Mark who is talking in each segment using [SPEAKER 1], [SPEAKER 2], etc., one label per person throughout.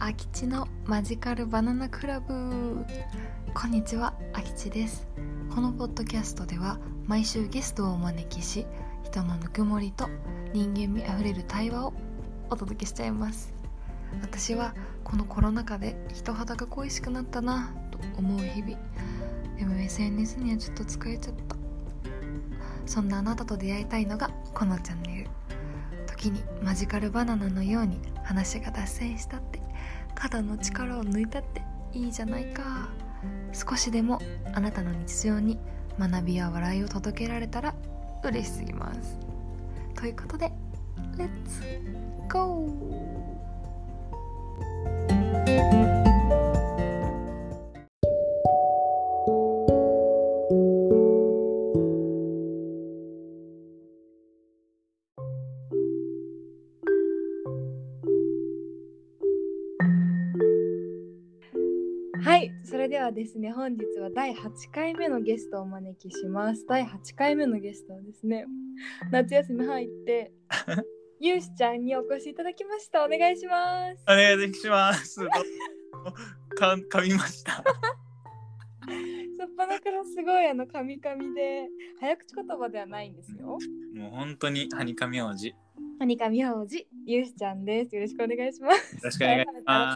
[SPEAKER 1] あきちのマジカルバナナクラブ。こんにちは、あきちです。このポッドキャストでは毎週ゲストをお招きし、人のぬくもりと人間味あふれる対話をお届けしちゃいます。私はこのコロナ禍で人肌が恋しくなったなと思う日々。でも SNS にはちょっと疲れちゃった。そんなあなたと出会いたいのがこのチャンネル。時にマジカルバナナのように話が脱線したって肩の力を抜いたっていいじゃないか。少しでもあなたの日常に学びや笑いを届けられたら嬉しすぎます。ということでレッツゴー。はい、それではですね、本日は第8回目のゲストをお招きします。第8回目のゲストはですね、夏休み入ってゆうしちゃんにお越しいただきました。お願いします。
[SPEAKER 2] お願いします。噛みました。
[SPEAKER 1] しょっぱなからすごい噛み噛みで早口言葉ではないんですよ。
[SPEAKER 2] もう本当にはにかみ王子。
[SPEAKER 1] はにかみ王子ゆうしちゃんです。よろしくお願いします。
[SPEAKER 2] よろしくお願いします。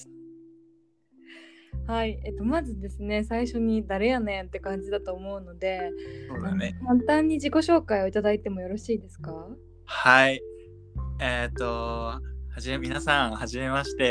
[SPEAKER 1] はい、まずですね、最初に誰やねんって感じだと思うので、
[SPEAKER 2] そうだね。
[SPEAKER 1] 簡単に自己紹介をいただいてもよろしいですか？
[SPEAKER 2] はい。皆さんはじめまして。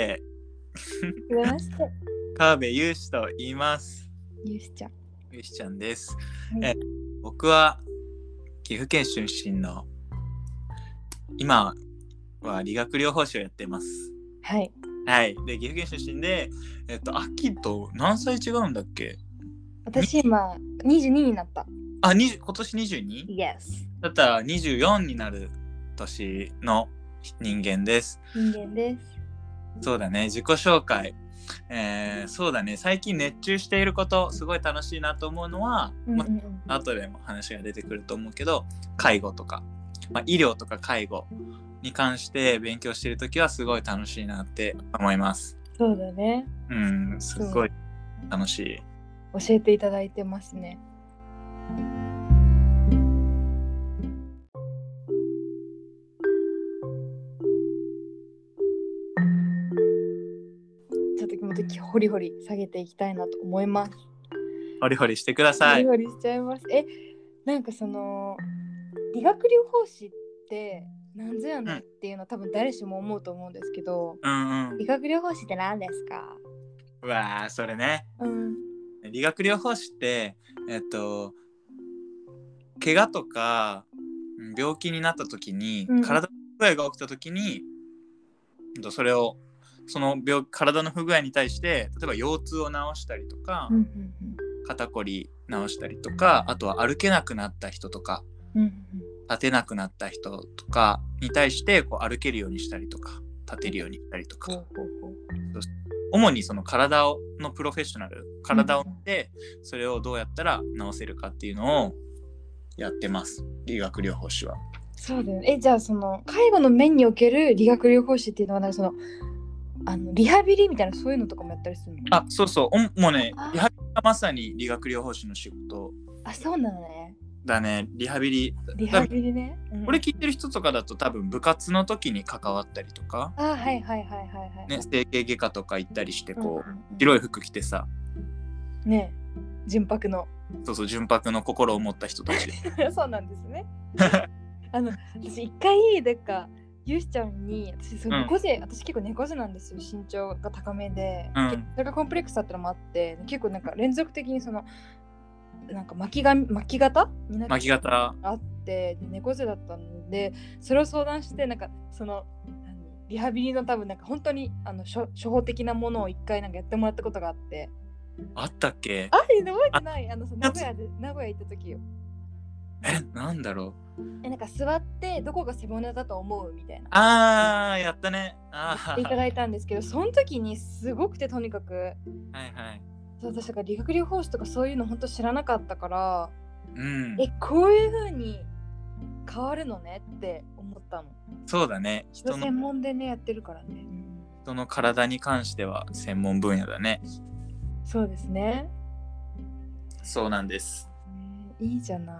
[SPEAKER 2] 川辺ゆうしと言います。
[SPEAKER 1] ゆうしちゃん。
[SPEAKER 2] ゆうしちゃんです。
[SPEAKER 1] はい、
[SPEAKER 2] 僕は岐阜県出身の今は理学療法士をやってます。
[SPEAKER 1] はい。
[SPEAKER 2] はい。で、岐阜県出身で、秋と何歳違うんだっけ？
[SPEAKER 1] 私今22になった。
[SPEAKER 2] 今年 22？
[SPEAKER 1] Yes。
[SPEAKER 2] だったら24になる年の人間です。
[SPEAKER 1] 人間です。
[SPEAKER 2] そうだね、自己紹介。そうだね、最近熱中していること、すごい楽しいなと思うのは、後でも話が出てくると思うけど、介護とか、医療とか介護に関して勉強しているときはすごい楽しいなって思います。
[SPEAKER 1] そうだね。
[SPEAKER 2] すごい楽しい。
[SPEAKER 1] 教えていただいてますね。ちょっと気持ちホリホリ下げていきたいなと思います。
[SPEAKER 2] ホリホリしてください。
[SPEAKER 1] ホリホリしちゃいます。なんかその理学療法士って何ぞやねんっていうのは多分誰しも思うと思うんですけど、理学療法士って何ですか？
[SPEAKER 2] うわー、それね。理学療法士って怪我とか病気になった時に、体の不具合が起きた時に、その体の不具合に対して例えば腰痛を治したりとか、肩こり治したりとか、あとは歩けなくなった人とか、立てなくなった人とかに対してこう歩けるようにしたりとか立てるようにしたりとか、主にその体のプロフェッショナル、体を見てそれをどうやったら治せるかっていうのをやってます、理学療法士は。そうだよね。
[SPEAKER 1] じゃあその介護の面における理学療法士っていうのはなんかそのリハビリみたいなそういうのとかもやったりするの？
[SPEAKER 2] そうそう、もうね、リハビリはまさに理学療法士の仕事。
[SPEAKER 1] そうなのね。
[SPEAKER 2] だね、リハビリ
[SPEAKER 1] ね。
[SPEAKER 2] これ聞いてる人とかだと多分部活の時に関わったりとか、整形外科とか行ったりしてこう、白い服着てさ、
[SPEAKER 1] ね、純白の
[SPEAKER 2] 純白の心を持った人たち
[SPEAKER 1] そうなんですね。私一回でかゆうしちゃんに私結構猫背なんですよ。身長が高めで、それがコンプレックスだったのもあって、結構なんか連続的にそのなんか巻き型になってあって、猫背だったんで、それを相談して、なんかそのリハビリの多分なんか本当に処方的なものを一回なんかやってもらったことがあって。
[SPEAKER 2] あったっけ？
[SPEAKER 1] 覚えてない。名古屋行った時よ。
[SPEAKER 2] なんだろ
[SPEAKER 1] う。なんか座ってどこが背骨だと思うみたいな。
[SPEAKER 2] やったね。
[SPEAKER 1] やっていただいたんですけど、その時にすごくて、とにかく。私が理学療法士とかそういうの本当知らなかったから、こういう風に変わるのねって思ったの。
[SPEAKER 2] そうだね。
[SPEAKER 1] 人の専門でねやってるからね。
[SPEAKER 2] 人の体に関しては専門分野だね。
[SPEAKER 1] そうですね。
[SPEAKER 2] そうなんです。
[SPEAKER 1] いいじゃない。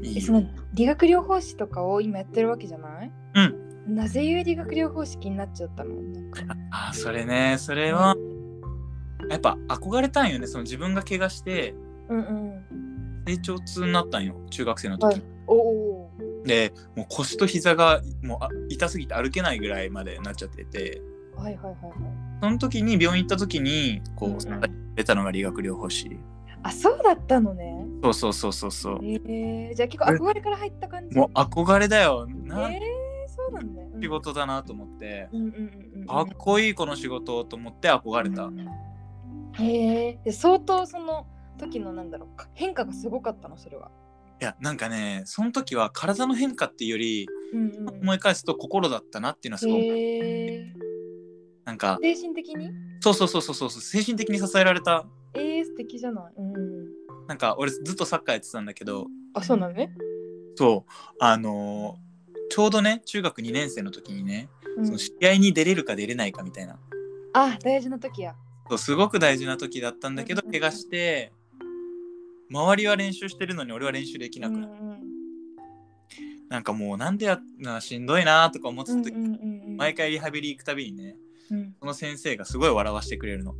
[SPEAKER 2] いいよ。
[SPEAKER 1] その理学療法士とかを今やってるわけじゃない？
[SPEAKER 2] うん。
[SPEAKER 1] なぜ理学療法士気になっちゃったの？
[SPEAKER 2] あ、それね、それは、やっぱ憧れたんよね。その自分が怪我して、成長痛になったんよ、中学生の時。で、もう腰と膝がもう痛すぎて歩けないぐらいまでなっちゃってて、その時に病院行った時にこう、出たのが理学療法士。
[SPEAKER 1] あ、そうだったのね。
[SPEAKER 2] そう。じゃあ
[SPEAKER 1] 結構憧れから入った感じ？
[SPEAKER 2] もう憧れだよ。
[SPEAKER 1] そうなんだよ。
[SPEAKER 2] 仕事だなと思って、かっこいいこの仕事と思って憧れた。
[SPEAKER 1] で相当その時の変化がすごかったの、それは。
[SPEAKER 2] いや、なんかね、その時は体の変化っていうより、思い返すと心だったなっていうのはすごく、なんか
[SPEAKER 1] 精神的に？
[SPEAKER 2] そう精神的に支えられた。
[SPEAKER 1] 素敵じゃない。
[SPEAKER 2] なんか俺ずっとサッカーやってたんだけど。
[SPEAKER 1] あ、そうなのね。
[SPEAKER 2] そうちょうどね、中学2年生の時にね、その試合に出れるか出れないかみたいな。
[SPEAKER 1] あ、大事な時や。
[SPEAKER 2] そう、すごく大事な時だったんだけど、怪我して周りは練習してるのに俺は練習できなくなる。なんかもうなんでしんどいなとか思ってた時、毎回リハビリ行くたびにね、その先生がすごい笑わせてくれるの。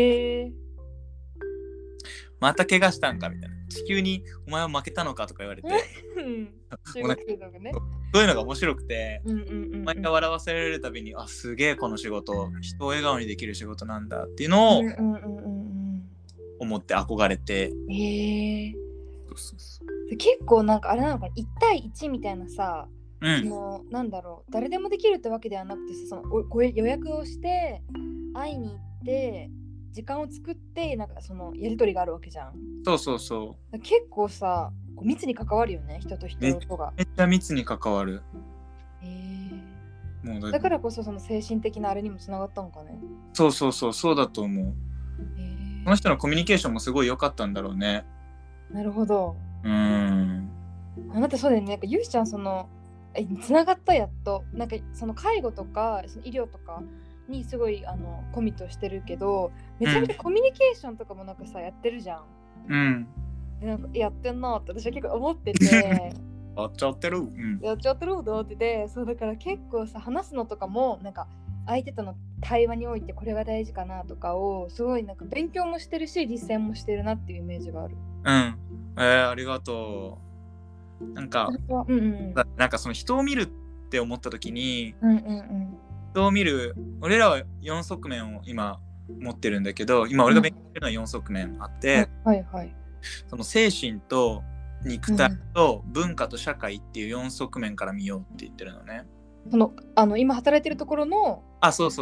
[SPEAKER 2] また怪我したんかみたいな。地球にお前は負けたのかとか言われてそういうのが面白くて、毎回笑わせられるたびに、あ、すげえこの仕事、人を笑顔にできる仕事なんだっていうのを思って憧れて。
[SPEAKER 1] 結構なんかあれなのかな、1対1みたいなさ、誰でもできるってわけではなくてさ、予約をして会いに行って時間を作って、なんかそのやり取りがあるわけじゃん。
[SPEAKER 2] そう。
[SPEAKER 1] 結構さ、密に関わるよね、人と人とが。
[SPEAKER 2] めっちゃ密に関わる。
[SPEAKER 1] もうだからこそその精神的なあれにもつながったのかね。
[SPEAKER 2] そうだと思う。この人のコミュニケーションもすごい良かったんだろうね。
[SPEAKER 1] なるほど。あなたそうだよね。なんかゆうちゃんそのつながった、やっと。なんかその介護とかその医療とかにすごいコミットしてるけど、めちゃめちゃコミュニケーションとかもなんかさ、やってるじゃん。でなんかやってんなって私は結構思ってて
[SPEAKER 2] やっちゃってる、
[SPEAKER 1] やっちゃってると思ってて、そうだから結構さ、話すのとかもなんか相手との対話においてこれが大事かなとかをすごいなんか勉強もしてるし実践もしてるなっていうイメージがある。
[SPEAKER 2] ありがとう。なんかその人を見るって思った時に、人を見る、俺らは4側面を今持ってるんだけど、今俺が勉強してるのは4側面あって、その精神と肉体と文化と社会っていう4側面から見ようって言ってるのね。
[SPEAKER 1] その今働いてるところの。
[SPEAKER 2] そう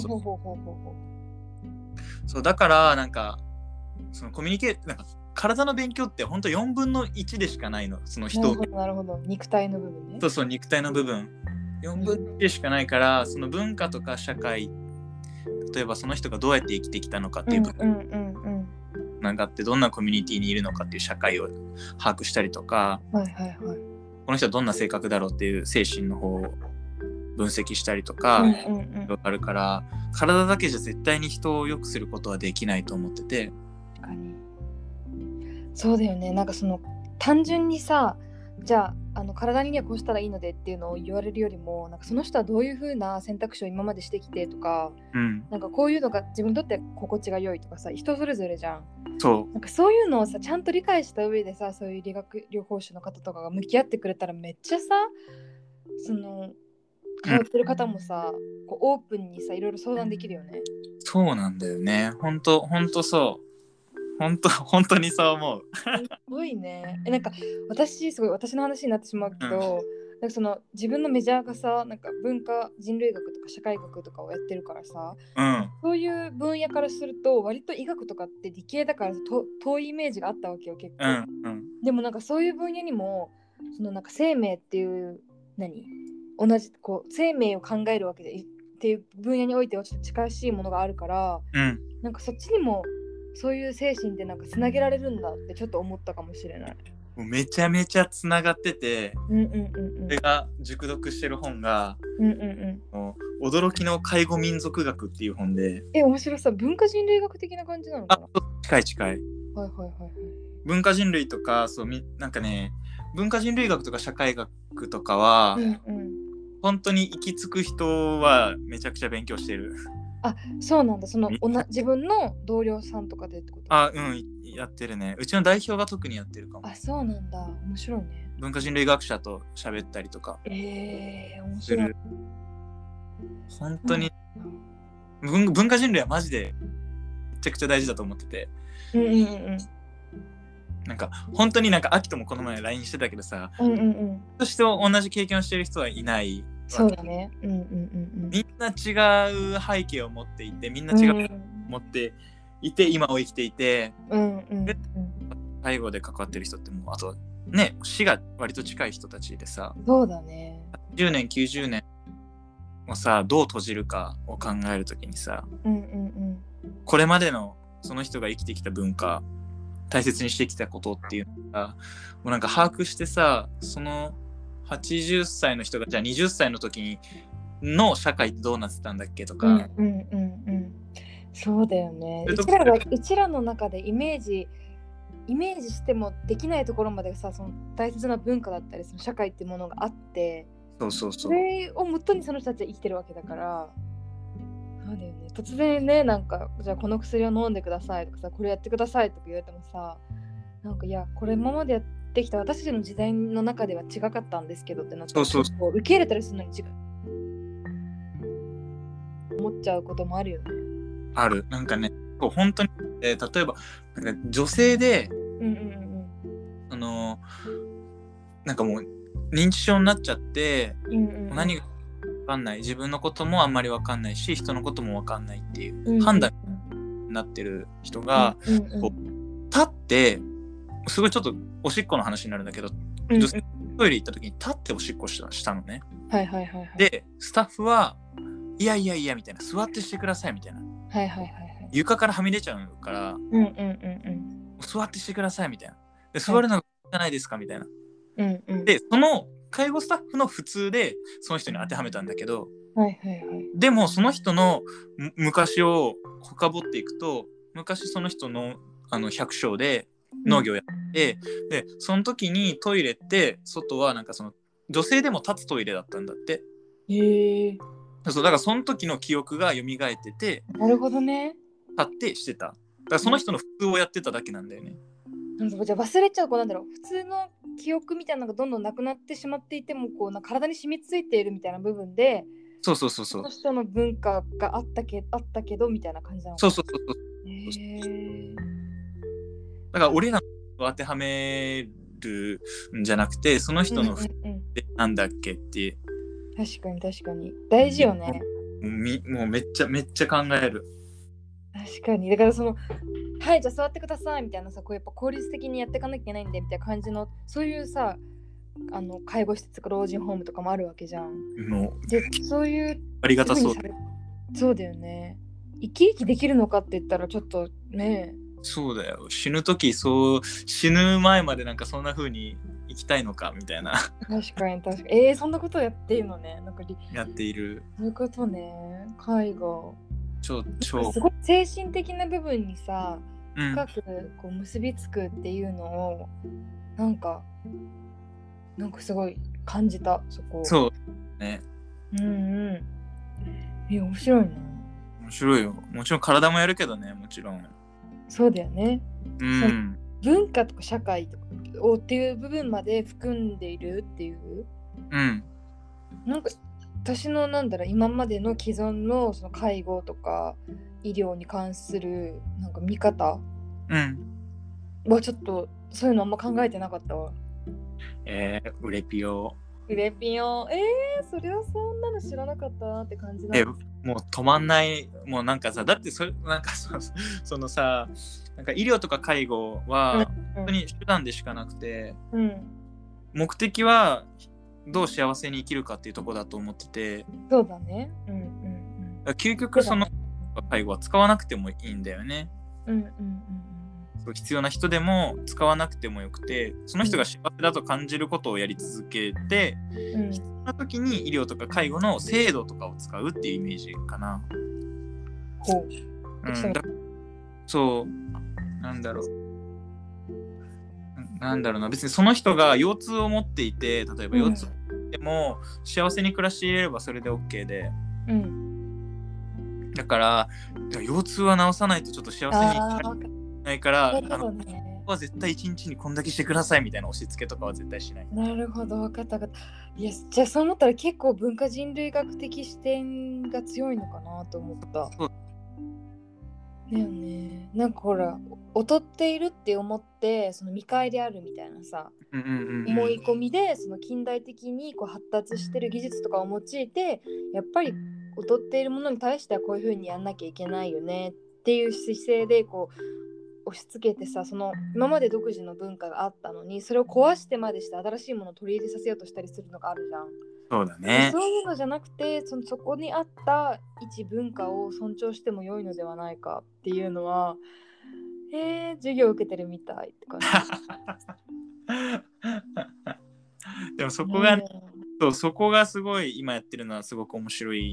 [SPEAKER 2] だからなんかそのコミュニケーション、なんか体の勉強って本当4分の1でしかないの、その人。
[SPEAKER 1] なるほど、肉体の部分ね。
[SPEAKER 2] そう肉体の部分4分の1でしかないから、その文化とか社会、例えばその人がどうやって生きてきたのかっていう部分、なんかってどんなコミュニティにいるのかっていう社会を把握したりとか、この人はどんな性格だろうっていう精神の方を分析したりとか、あるから、体だけじゃ絶対に人を良くすることはできないと思ってて。
[SPEAKER 1] 確かにそうだよね。なんかその単純にさ、じゃあ体にはこうしたらいいのでっていうのを言われるよりも、なんかその人はどういう風な選択肢を今までしてきてとか、なんかこういうのが自分にとって心地が良いとかさ、人それぞれじゃん。なんかそういうのをさ、ちゃんと理解した上でさ、そういう理学療法士の方とかが向き合ってくれたら、めっちゃさ、その通ってる方もさ、オープンにさ、いろいろ相談できるよね。
[SPEAKER 2] そうなんだよね。本当そう。本当にそう思う。
[SPEAKER 1] すごいね。なんか私の話になってしまうけど、なんかその自分のメジャーがさ、なんか文化人類学とか社会学とかをやってるからさ、そういう分野からすると割と医学とかって理系だから遠いイメージがあったわけよ、結構。でもなんかそういう分野にもそのなんか生命っていう同じ生命を考えるわけでっていう分野においてはちょっと近しいものがあるから、なんかそっちにもそういう精神ってなんかつなげられるんだってちょっと思ったかもしれない。
[SPEAKER 2] もうめちゃめちゃつながってて、それが熟読してる本が、 驚きの介護民族学っていう本で。
[SPEAKER 1] 面白さ、文化人類学的な感じなのかな。
[SPEAKER 2] 近い近い。
[SPEAKER 1] はいはいはいはい。
[SPEAKER 2] 文化人類とかなんかね、文化人類学とか社会学とかは、本当に行き着く人はめちゃくちゃ勉強してる。
[SPEAKER 1] そうなんだ。自分の同僚さんとかでってこと？
[SPEAKER 2] やってるね。うちの代表が特にやってるかも。
[SPEAKER 1] そうなんだ。面白いね。
[SPEAKER 2] 文化人類学者と喋ったりとか。
[SPEAKER 1] 面白い。
[SPEAKER 2] 本当に、文化人類はマジでめちゃくちゃ大事だと思ってて。なんか本当になんか秋ともこの前 LINE してたけどさ、そして同じ経験をしている人はいない。
[SPEAKER 1] そうだね。
[SPEAKER 2] みんな違う背景を持っていて、みんな違う持っていて、今を生きていて、介護で関わってる人ってもうあとね、死が割と近い人たちでさ、
[SPEAKER 1] そうだね。
[SPEAKER 2] 10年90年をさ、どう閉じるかを考えるときにさ、これまでのその人が生きてきた文化、大切にしてきたことっていうのがもうなんか把握してさ、その80歳の人がじゃあ20歳の時の社会ってどうなってたんだっけとか、
[SPEAKER 1] そうだよね。うちらの中でイメージしてもできないところまでさ、その大切な文化だったりその社会っていうものがあって、それをもとにその人たちは生きてるわけだから、そうだよね。突然ね、なんかじゃあこの薬を飲んでくださいとかさ、これやってくださいとか言われてもさ、なんかいやこれ今までやってきた私たちの時代の中では違かったんですけどってなって、受け入れたりするのに思っちゃうこともあるよね。
[SPEAKER 2] ある。なんかね、本当に、例えばなんか女性で、なんかもう認知症になっちゃって、何が分かんない、自分のこともあんまり分かんないし、人のことも分かんないっていう判断になってる人が、こう立ってすごいちょっとおしっこの話になるんだけど、女性トイレ行った時に立っておしっこしたのね。でスタッフはいやみたいな、座ってしてくださいみたいな、床からはみ出ちゃうから、座ってしてくださいみたいな、で座るのがじゃないですかみたいな、でその介護スタッフの普通でその人に当てはめたんだけど、でもその人の昔を深掘っていくと、昔その人の百姓で農業やって、でその時にトイレって外はなんかその女性でも立つトイレだったんだって。そうだからその時の記憶が蘇ってて、
[SPEAKER 1] なるほどね、
[SPEAKER 2] 立ってしてた。だからその人の普通をやってただけなんだよね。
[SPEAKER 1] じゃあ忘れちゃう、なんだろう、普通の記憶みたいなのがどんどんなくなってしまっていても、こうなんか体に染みついているみたいな部分で、
[SPEAKER 2] そ
[SPEAKER 1] の人の文化があったけどみたいな感じなの。
[SPEAKER 2] だから俺らを当てはめるんじゃなくて、その人の普通ってなんだっけっていう。
[SPEAKER 1] 確かに大事よね。
[SPEAKER 2] もうめっちゃ考える。
[SPEAKER 1] 確かに。だからはいじゃあ座ってくださいみたいなさ、こうやっぱ効率的にやっていかなきゃいけないんでみたいな感じの、そういうさ、介護施設とか老人ホームとかもあるわけじゃん。でそういう
[SPEAKER 2] ありがたそう。
[SPEAKER 1] そうだよね。生き生きできるのかって言ったらちょっとね。
[SPEAKER 2] そうだよ。死ぬ時死ぬ前までなんかそんな風に生きたいのかみたいな。
[SPEAKER 1] 確かに。そんなことをやっているのね。なんか
[SPEAKER 2] やっている。
[SPEAKER 1] そういうことね。介護。
[SPEAKER 2] 超
[SPEAKER 1] すごい精神的な部分にさ、深くこう結びつくっていうのをなんかすごい感じた、そこ。
[SPEAKER 2] そうね。
[SPEAKER 1] 面白いな。
[SPEAKER 2] 面白いよ。もちろん体もやるけどね、もちろん。
[SPEAKER 1] そうだよね。文化とか社会とかっていう部分まで含んでいるっていう。なんか私の今までの既存のその介護とか医療に関するなんか見方はちょっとそういうのあんま考えてなかったわ。
[SPEAKER 2] うれぴよ。
[SPEAKER 1] それはそんなの知らなかったなって感じだ。
[SPEAKER 2] もう止まんない。もうなんかさ、だってなんかそのさ、なんか医療とか介護は本当に手段でしかなくて、目的はどう幸せに生きるかっていうところだと思ってて。
[SPEAKER 1] そうだね。
[SPEAKER 2] 究極その介護は使わなくてもいいんだよね。 必要な人でも使わなくてもよくて、その人が幸せだと感じることをやり続けて、必要な時に医療とか介護の制度とかを使うっていうイメージかな。そうなんだろうな、別にその人が腰痛を持っていて、例えば腰痛でも幸せに暮らしていれればそれで OK で、だから腰痛は治さないとちょっと幸せにないから、は絶対1日にこんだけしてくださいみたいな押し付けとかは絶対しない。
[SPEAKER 1] なるほど、分かった。いや、じゃあそう思ったら結構文化人類学的視点が強いのかなと思った。だよね。なんかほら、劣っているって思ってその見返りあるみたいなさ、思い込みでその近代的にこう発達してる技術とかを用いて、やっぱり劣っているものに対してはこういう風にやんなきゃいけないよねっていう姿勢でこう押し付けてさ、その今まで独自の文化があったのにそれを壊してまでして新しいものを取り入れさせようとしたりするのがあるじゃん。
[SPEAKER 2] そうだね。
[SPEAKER 1] そういうのじゃなくて、そこにあった一文化を尊重しても良いのではないかっていうのは、授業を受けてるみたいって感じ。
[SPEAKER 2] でもそこが、そこがすごい今やってるのはすごく面白い。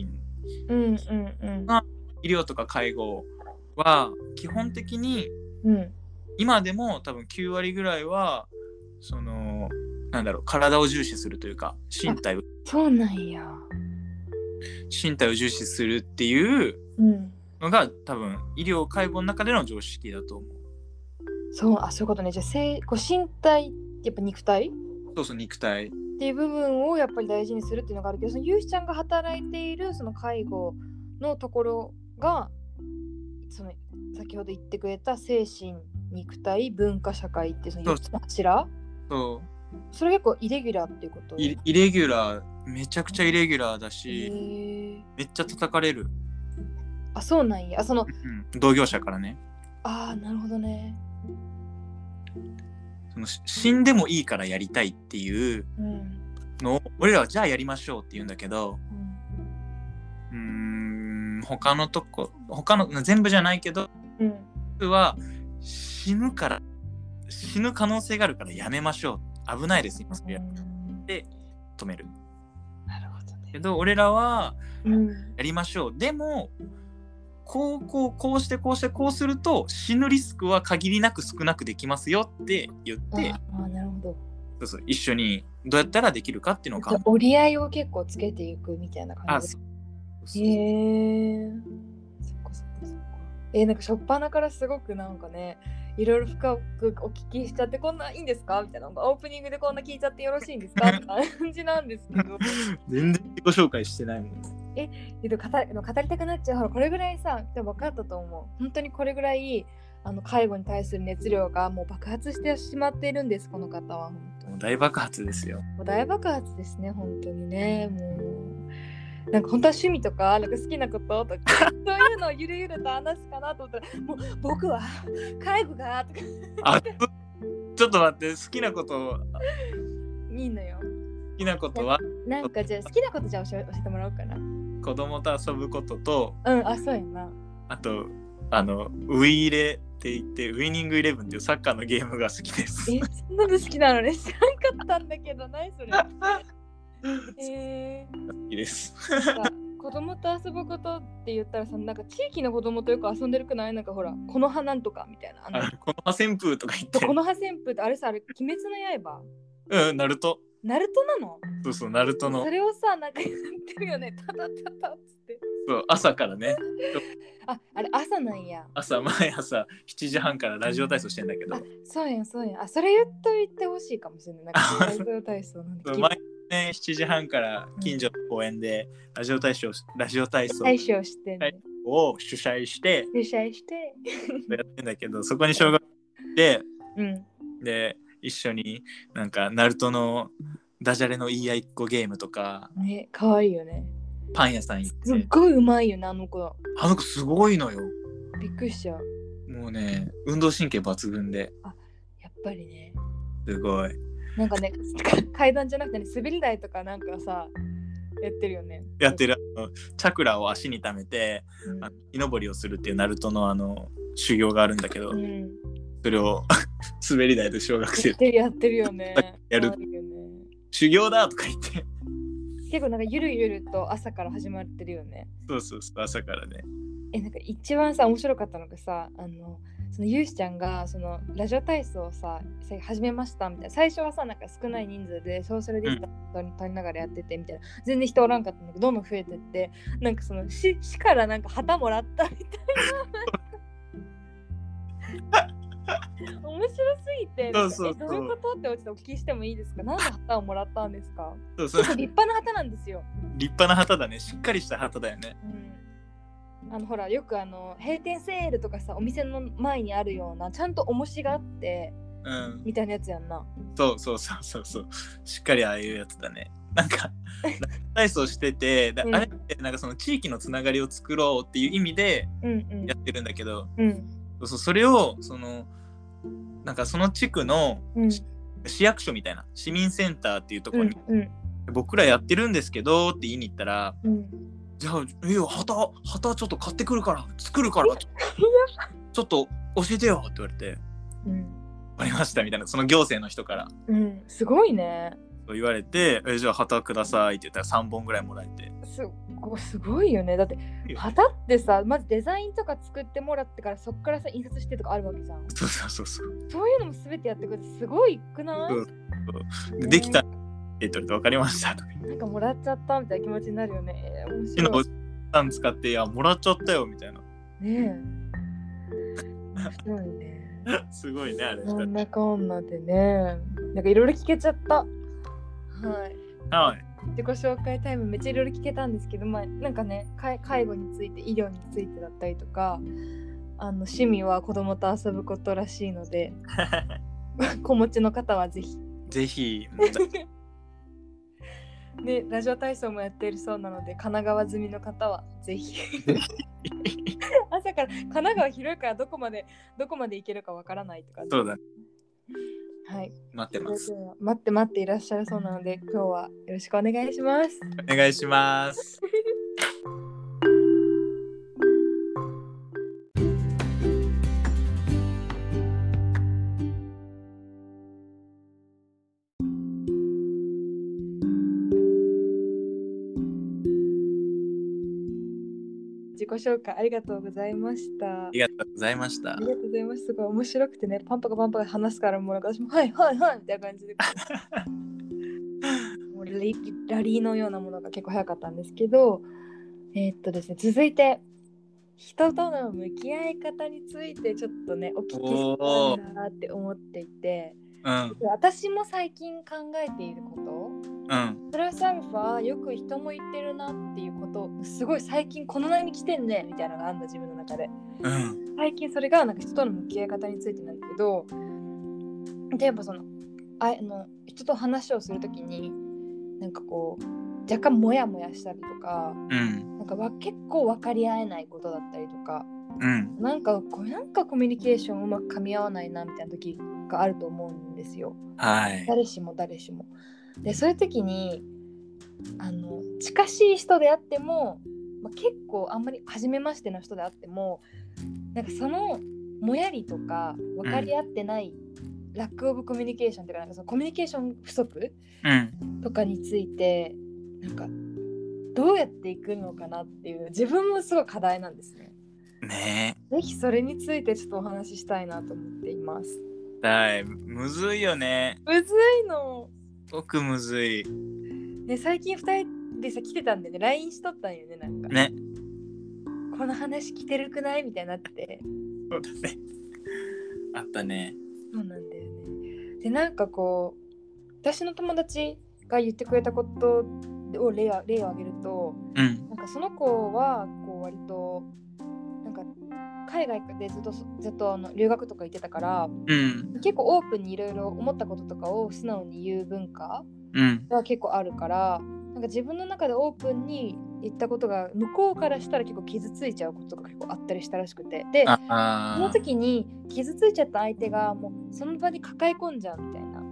[SPEAKER 2] 医療とか介護は基本的に、今でも多分9割ぐらいはその体を重視するというか、身体を重視するっていうのが、多分医療介護の中での常識だと思う。そういうことね。じゃあこう身体、やっぱ肉体、そう肉体っていう部分をやっぱり大事にするっていうのがあるけど、そのゆうしちゃんが働いているその介護のところがその先ほど言ってくれた精神、肉体、文化、社会ってその4つの柱。それ結構イレギュラーっていうこと？イレギュラー、めちゃくちゃイレギュラーだし、めっちゃ叩かれる。そうなんや。同業者からね。なるほどね。死んでもいいからやりたいっていうのを、俺らはじゃあやりましょうって言うんだけど、他の全部じゃないけど、は死ぬ可能性があるからやめましょう。危ないです今それで止める。なるほどね。けど俺らはやりましょう。でもこうしてこうすると死ぬリスクは限りなく少なくできますよって言って、なるほど。そう一緒にどうやったらできるかっていうのを折り合いを結構つけていくみたいな感じ。なんか初っ端からすごくなんかね、いろいろ深くお聞きしちゃって、こんないいんですかみたいな、オープニングでこんな聞いちゃってよろしいんですかって感じなんですけど全然自己紹介してないもん。語りたくなっちゃう。これぐらいさ、でも分かったと思う。本当にこれぐらい介護に対する熱量がもう爆発してしまっているんです、この方は。本当もう大爆発ですよ。もう大爆発ですね、本当にね。もうなんか本当は趣味とか、なんか好きなこととかそういうのをゆるゆると話すかなと思ったら、もう僕は介護がとかちょっと待って、好きなこといいのよ。好きなことはなんかじゃあ好きなことじゃあ教えてもらおうかな。子供と遊ぶことと、そうやな。あとウイイレって言ってウイニングイレブンっていうサッカーのゲームが好きです。そんなの好きなのね。知らんかったんだけど、何それ。好きです。子供と遊ぶことって言ったらさ、なんか地域の子供とよく遊んでるくない？なんかほら、この葉なんとかみたいな。この葉旋風とか言って。この葉旋風ってあれさ、鬼滅の刃？ナルトなの？そう、ナルトの。それをさ、なんかやってるよね。タタタタっつって。そう、朝からね。あれ朝なんや。毎朝7時半からラジオ体操してんだけど。そうやん。それ言っといてほしいかもしれない。なんかラジオ体操なんで。毎7時半から近所の公園でラジオ体操してね。を主催してやってんだけど、そこに小学で、で一緒になんかナルトのダジャレの言い合いっこゲームとかね、かわいいよね。パン屋さん行ってすっごいうまいよね、あの子すごいのよ。びっくりしちゃう。もうね、運動神経抜群で。やっぱりね、すごい。なんかね、階段じゃなくてね、滑り台とかなんかさやってるよね。やってる。チャクラを足に溜めて、木登りをするっていうナルトの修行があるんだけど、 それを滑り台で小学生
[SPEAKER 1] やってるよね。
[SPEAKER 2] やるよね。修行だとか言って
[SPEAKER 1] 結構なんかゆるゆると朝から始まってるよね。
[SPEAKER 2] そう朝からね。
[SPEAKER 1] なんか一番さ面白かったのがさ、そのゆうしちゃんがそのラジオ体操をさ始めましたみたいな。最初はさなんか少ない人数でソーシャルディスタンスを取りながらやっててみたいな、全然人おらんかったんだけどどんどん増えてって、なんかその市からなんか旗もらったみたいな面白すぎて、どういうことってちょっとお聞きしてもいいですか？なんで旗をもらったんですか？立派な旗なんですよ。
[SPEAKER 2] 立派な旗だね。しっかりした旗だよね。
[SPEAKER 1] ほらよく閉店セールとかさお店の前にあるようなちゃんと重しがあって、みたいなやつやんな。
[SPEAKER 2] そうしっかりああいうやつだね。なんか体操してて、あれってなんかその地域のつながりを作ろうっていう意味でやってるんだけど、それをそのなんかその地区の市役所みたいな市民センターっていうところに、僕らやってるんですけどって言いに行ったら、じゃあいいよ旗ちょっと買ってくるから作るからちょっと教えてよって言われて、分かりましたみたいな、その行政の人から、
[SPEAKER 1] すごいね
[SPEAKER 2] 言われて、じゃあ旗くださいって言ったら3本ぐらいもらえて、
[SPEAKER 1] すごいよね。だって旗ってさまずデザインとか作ってもらってからそっからさ印刷してとかあるわけじゃん。そういうのも全てやってくれてすごいくない？
[SPEAKER 2] できたって言われて分かりましたとか
[SPEAKER 1] なんかもらっちゃったみたいな気持ちになるよね。面
[SPEAKER 2] 白い。おじさん使ってもらっちゃったよみたいな。
[SPEAKER 1] ねえ。すごいね。
[SPEAKER 2] すごいねあれ。
[SPEAKER 1] そんなこんなでね。なんかいろいろ聞けちゃった。はい。自己紹介タイムめっちゃいろいろ聞けたんですけど、なんかね介護について医療についてだったりとか、趣味は子供と遊ぶことらしいので子持ちの方はぜひね、ラジオ体操もやっているそうなので神奈川済みの方はぜひ朝から神奈川広いからどこまで行けるかわからないとか、ね、
[SPEAKER 2] そうだ、
[SPEAKER 1] はい、
[SPEAKER 2] 待ってます。
[SPEAKER 1] 待っていらっしゃるそうなので今日はよろしくお願いします。
[SPEAKER 2] お願いします
[SPEAKER 1] 自己紹介ありがとうございました。
[SPEAKER 2] ありがとうございました。
[SPEAKER 1] すごい面白くてね、パンパカ話すからもう私もはいみたいな感じでもうラリーのようなものが結構早かったんですけど、ですね、続いて人との向き合い方についてちょっとねお聞きしたいなって思っていて、私も最近考えていること、プラスアルファよく人も言ってるなっていうことすごい最近この悩み来てんねみたいなのがあるんだ自分の中で、最近それがなんか人との向き合い方についてなんだけど、例えばその人と話をするときになんかこう若干モヤモヤしたりとか、なんか結構分かり合えないことだったりとか、なんかコミュニケーションうまく噛み合わないなみたいな時があると思うんですよ、誰しもで、そういう時に近しい人であっても、結構あんまり初めましての人であってもなんかそのもやりとか分かり合ってない、ラックオブコミュニケーションというか、なんかそのコミュニケーション不足、とかについてなんかどうやっていくのかなっていう自分もすごい課題なんですね。ぜひそれについてちょっとお話ししたいなと思っています。
[SPEAKER 2] むずいよね。
[SPEAKER 1] むずいの。
[SPEAKER 2] すごくむずい。
[SPEAKER 1] ね、最近2人でさ来てたんでね LINE しとったんよね、なんか
[SPEAKER 2] ね。
[SPEAKER 1] この話来てるくないみたいになって。
[SPEAKER 2] そうだね。あったね。
[SPEAKER 1] そうなんだよね。でなんかこう私の友達が言ってくれたことを例を挙げると、なんかその子はこう割となんか海外でずっと留学とか行ってたから、結構オープンにいろいろ思ったこととかを素直に言う文化が結構あるから、なんか自分の中でオープンに言ったことが向こうからしたら結構傷ついちゃうことが結構あったりしたらしくて、でその時に傷ついちゃった相手がもうその場に抱え込んじゃうみたいな、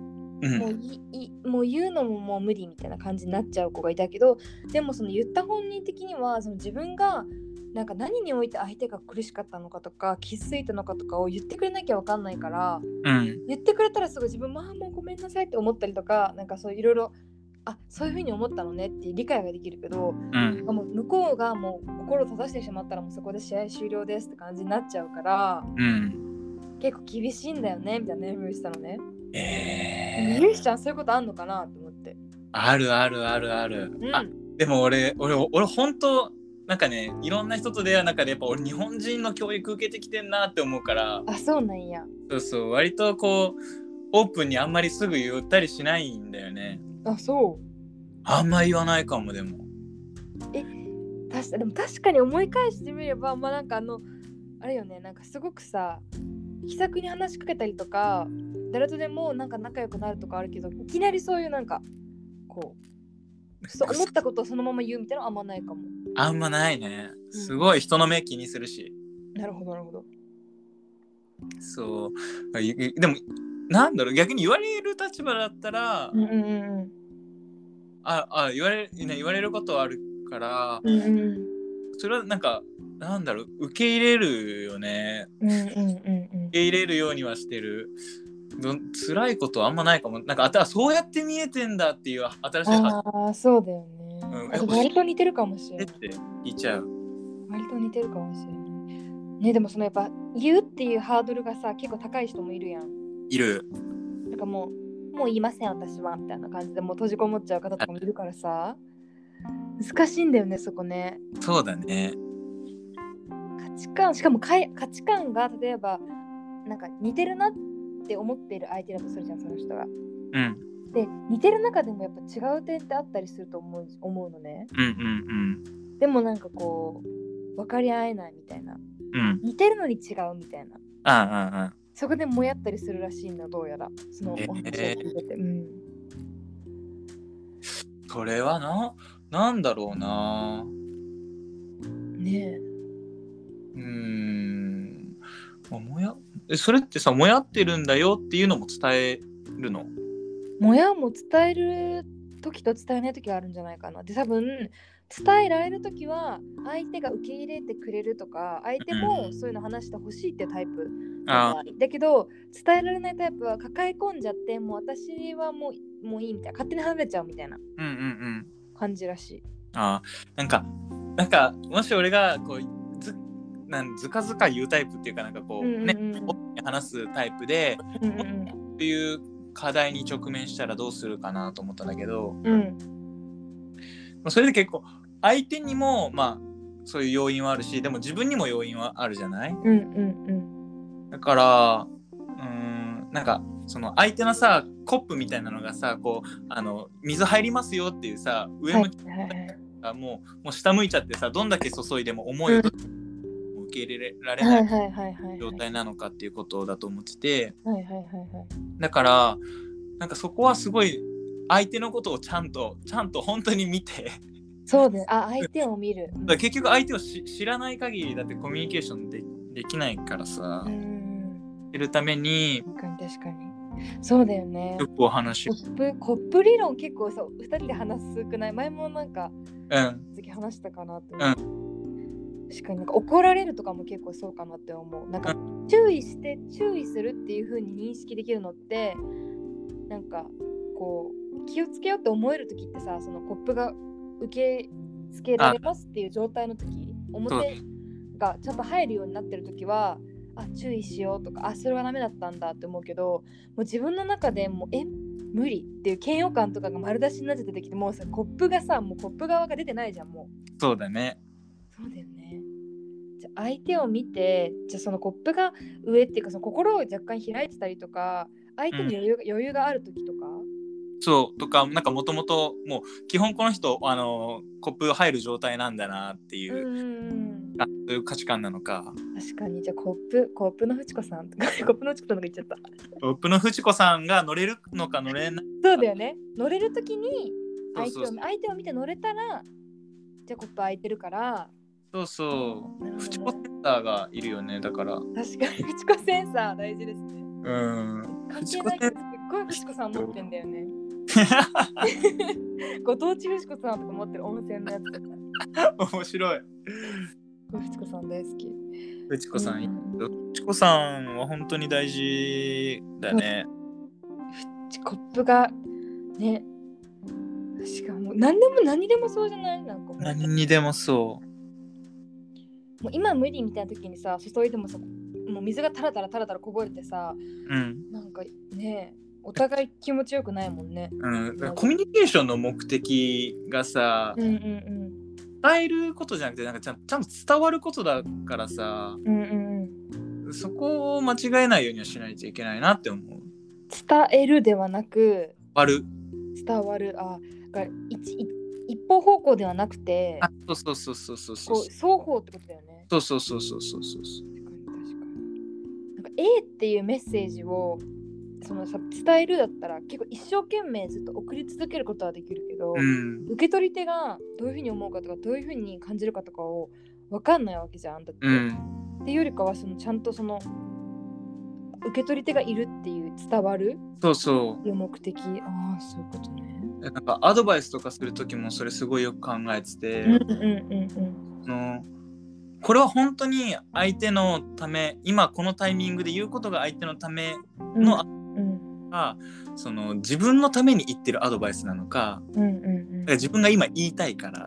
[SPEAKER 1] もう言うのももう無理みたいな感じになっちゃう子がいたけど、でもその言った本人的にはその自分がなんか何において相手が苦しかったのかとか傷ついたのかとかを言ってくれなきゃ分かんないから、言ってくれたらすぐ自分ももうごめんなさいって思ったりとか、なんかそういろいろそういう風に思ったのねっていう理解ができるけど、もう向こうがもう心を閉ざしてしまったらもうそこで試合終了ですって感じになっちゃうから、結構厳しいんだよねみたいな悩みをしたのね。ゆうしちゃんそういうことあんのかなと思って。
[SPEAKER 2] ある。でも俺本当なんかね、いろんな人と出会う中でやっぱ俺日本人の教育受けてきてんなって思うから。
[SPEAKER 1] そうなんや。そう
[SPEAKER 2] 割とこうオープンにあんまりすぐ言ったりしないんだよね。
[SPEAKER 1] そう
[SPEAKER 2] あんまり言わないかも。でも
[SPEAKER 1] 確かに思い返してみれば、なんかあれよね、なんかすごくさ気さくに話しかけたりとか誰とでもなんか仲良くなるとかあるけど、いきなりそういうなんかこう思ったことをそのまま言うみたいなのあんまないかも。
[SPEAKER 2] あんまないね。すごい人の目気にするし。
[SPEAKER 1] なるほど。
[SPEAKER 2] そうでもなんだろう、逆に言われる立場だったら、言われることはあるから、それはなんかなんだろう、受け入れるよね。受け入れるようにはしてる。辛いことはあんまないかも。なんかそうやって見えてんだっていう新しい
[SPEAKER 1] そうだよね。割と似てるかもしれない。
[SPEAKER 2] って言っちゃう。
[SPEAKER 1] 割と似てるかもしれないね。でもやっぱ言うっていうハードルがさ結構高い人もいるやん。
[SPEAKER 2] いる。
[SPEAKER 1] なんかもう言いません私はみたいな感じでもう閉じこもっちゃう方とかもいるからさ、難しいんだよねそこね。
[SPEAKER 2] そうだね。
[SPEAKER 1] しかも価値観が例えばなんか似てるなって思っている相手だとするじゃん、その人が。で似てる中でもやっぱ違う点ってあったりすると思うのね。でもなんかこう分かり合えないみたいな、似てるのに違うみたいな、そこでもやったりするらしいんだ、どうやらそのお話を聞いてて。
[SPEAKER 2] それはなんだろうな
[SPEAKER 1] ね
[SPEAKER 2] え。それってさ、もやってるんだよっていうのも伝えるの？
[SPEAKER 1] もやも伝える時と伝えない時があるんじゃないかな。で多分伝えられる時は相手が受け入れてくれるとか、相手もそういうの話してほしいっていうタイプだけど、伝えられないタイプは抱え込んじゃって、もう私はもういいみたいな、勝手に離れちゃうみたいな感じらしい。
[SPEAKER 2] なんかもし俺がこうずかずか言うタイプっていうか、なんかこう話すタイプでっていう課題に直面したらどうするかなと思ったんだけど、それで結構相手にもそういう要因はあるし、でも自分にも要因はあるじゃない。だからなんかその相手のさコップみたいなのがさ、こう水入りますよっていうさ、上向きもう下向いちゃってさ、どんだけ注いでも思いを受け入れられない状態なのかっていうことだと思ってて、だからなんかそこはすごい相手のことをちゃんと本当に見て、
[SPEAKER 1] そうです。相手を見る。
[SPEAKER 2] 結局相手を知らない限りだってコミュニケーションできないからさ、知るために。
[SPEAKER 1] 確かにそうだよね。
[SPEAKER 2] よくお話
[SPEAKER 1] コップ理論結構さ2人で話すくない？前もなんか次話したかなと思う。確かになんか怒られるとかも結構そうかなって思う。なんか注意するっていう風に認識できるのって、なんかこう気をつけようって思える時ってさ、そのコップが受け付けられますっていう状態の時、表がちゃんと入るようになってる時は注意しようとか、それはダメだったんだって思うけど、もう自分の中でもう無理っていう嫌悪感とかが丸出しになっちゃってきて、もうさコップがさ、もうコップ側が出てないじゃん。もう
[SPEAKER 2] そうだね。
[SPEAKER 1] そうだよね。じゃあ相手を見て、じゃあそのコップが上っていうか、その心を若干開いてたりとか、相手に余裕がある時とか、
[SPEAKER 2] そうとか、なんかもともともう基本この人コップ入る状態なんだなっていう、そういう価値観なのか。
[SPEAKER 1] 確かに。じゃあコップのフチコさんとかコップのフチコさんとか言っちゃった。
[SPEAKER 2] コップのフチコさんが乗れるのか乗れない。
[SPEAKER 1] そうだよね。乗れるときに相手を見て乗れたら、じゃあコップ空いてるから。
[SPEAKER 2] フチコセンサーがいるよね。だから
[SPEAKER 1] 確かにフチコセンサー大事ですね。関係ないけどすっごいフチコさん持ってんだよね。ご当地フチコさんとか持ってる温泉のやつとか。
[SPEAKER 2] 面白い。
[SPEAKER 1] ごいフチコさん大好き。
[SPEAKER 2] フチコさん、フチコさんは本当に大事だね。
[SPEAKER 1] コップがね、しかも何でもそうじゃない？なんか
[SPEAKER 2] 何にでもそう。
[SPEAKER 1] もう今無理みたいな時にさ、注いでもさ、もう水がタラタラこぼれてさ、なんかね、お互い気持ちよくないもんね。
[SPEAKER 2] コミュニケーションの目的がさ、伝えることじゃなくて、なんかちゃんと伝わることだからさ、そこを間違えないようにはしないといけないなって思う。
[SPEAKER 1] 伝えるではなく
[SPEAKER 2] 伝
[SPEAKER 1] わる。一方方向ではなくて、
[SPEAKER 2] そう
[SPEAKER 1] 双方ってことだよね。
[SPEAKER 2] そう
[SPEAKER 1] 確かになんか A っていうメッセージをそのさ伝えるだったら結構一生懸命ずっと送り続けることはできるけど、受け取り手がどういうふうに思うかとかどういうふうに感じるかとかを分かんないわけじゃん。だって、っていうよりかはそのちゃんとその受け取り手がいるっていう伝わるいう目的。そういうことね。
[SPEAKER 2] なんかアドバイスとかするときもそれすごいよく考えてて、これは本当に相手のため、今このタイミングで言うことが相手のためのその自分のために言ってるアドバイスなのか、自分が今言いたいから、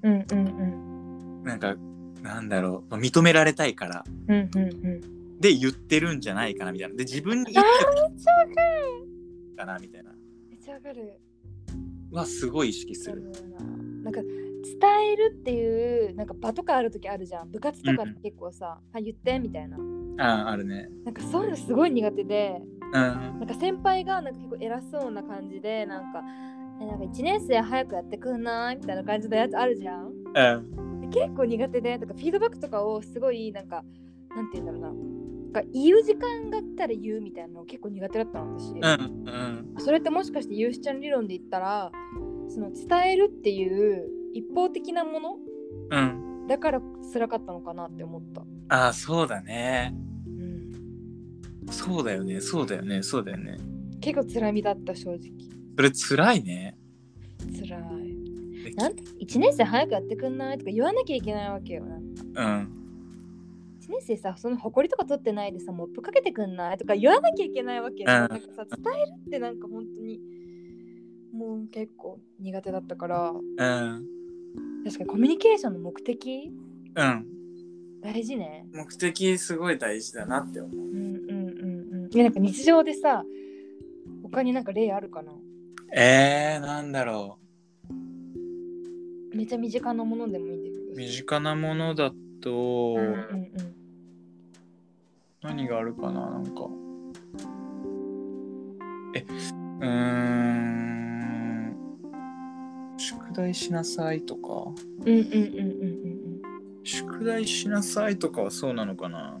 [SPEAKER 2] なんかなんだろう、認められたいから、で言ってるんじゃないかなみたいな。で自分に言ってるかなみたいな。
[SPEAKER 1] めっちゃわかる。
[SPEAKER 2] はすごい意識する。
[SPEAKER 1] なんか伝えるっていうなんか場とかある時あるじゃん。部活とかって結構さ、言ってみたいな。
[SPEAKER 2] あるね。
[SPEAKER 1] なんかそういうのすごい苦手で、なんか先輩がなんか結構偉そうな感じでなんか1年生早くやってくんないみたいな感じのやつあるじゃん。結構苦手で、とかフィードバックとかをすごいなんかなんて言うんだろうな、言う時間があったら言うみたいなの結構苦手だったの私。それってもしかしてユーシちゃん理論で言ったらその伝えるっていう一方的なもの、だから辛かったのかなって思った。
[SPEAKER 2] そうだね。そうだよね。結
[SPEAKER 1] 構辛みだった正直。
[SPEAKER 2] それ辛いね。
[SPEAKER 1] 辛い。なんて1年生早くやってくんないとか言わなきゃいけないわけよ。1年生さ、その誇りとか取ってないでさ、モップかけてくんないとか言わなきゃいけないわけよ。なんかさ、伝えるってなんか本当にもう結構苦手だったから。確かにコミュニケーションの目的、大事ね。
[SPEAKER 2] 目的すごい大事だなって思う。
[SPEAKER 1] なんか日常でさ、他になんか例あるかな？
[SPEAKER 2] なんだろ
[SPEAKER 1] う。めっちゃ身近なものでもいいんだけど。
[SPEAKER 2] 身近なものだと、何があるかな、なんか。宿題しなさいとか。宿題しなさいとかはそうなのかな。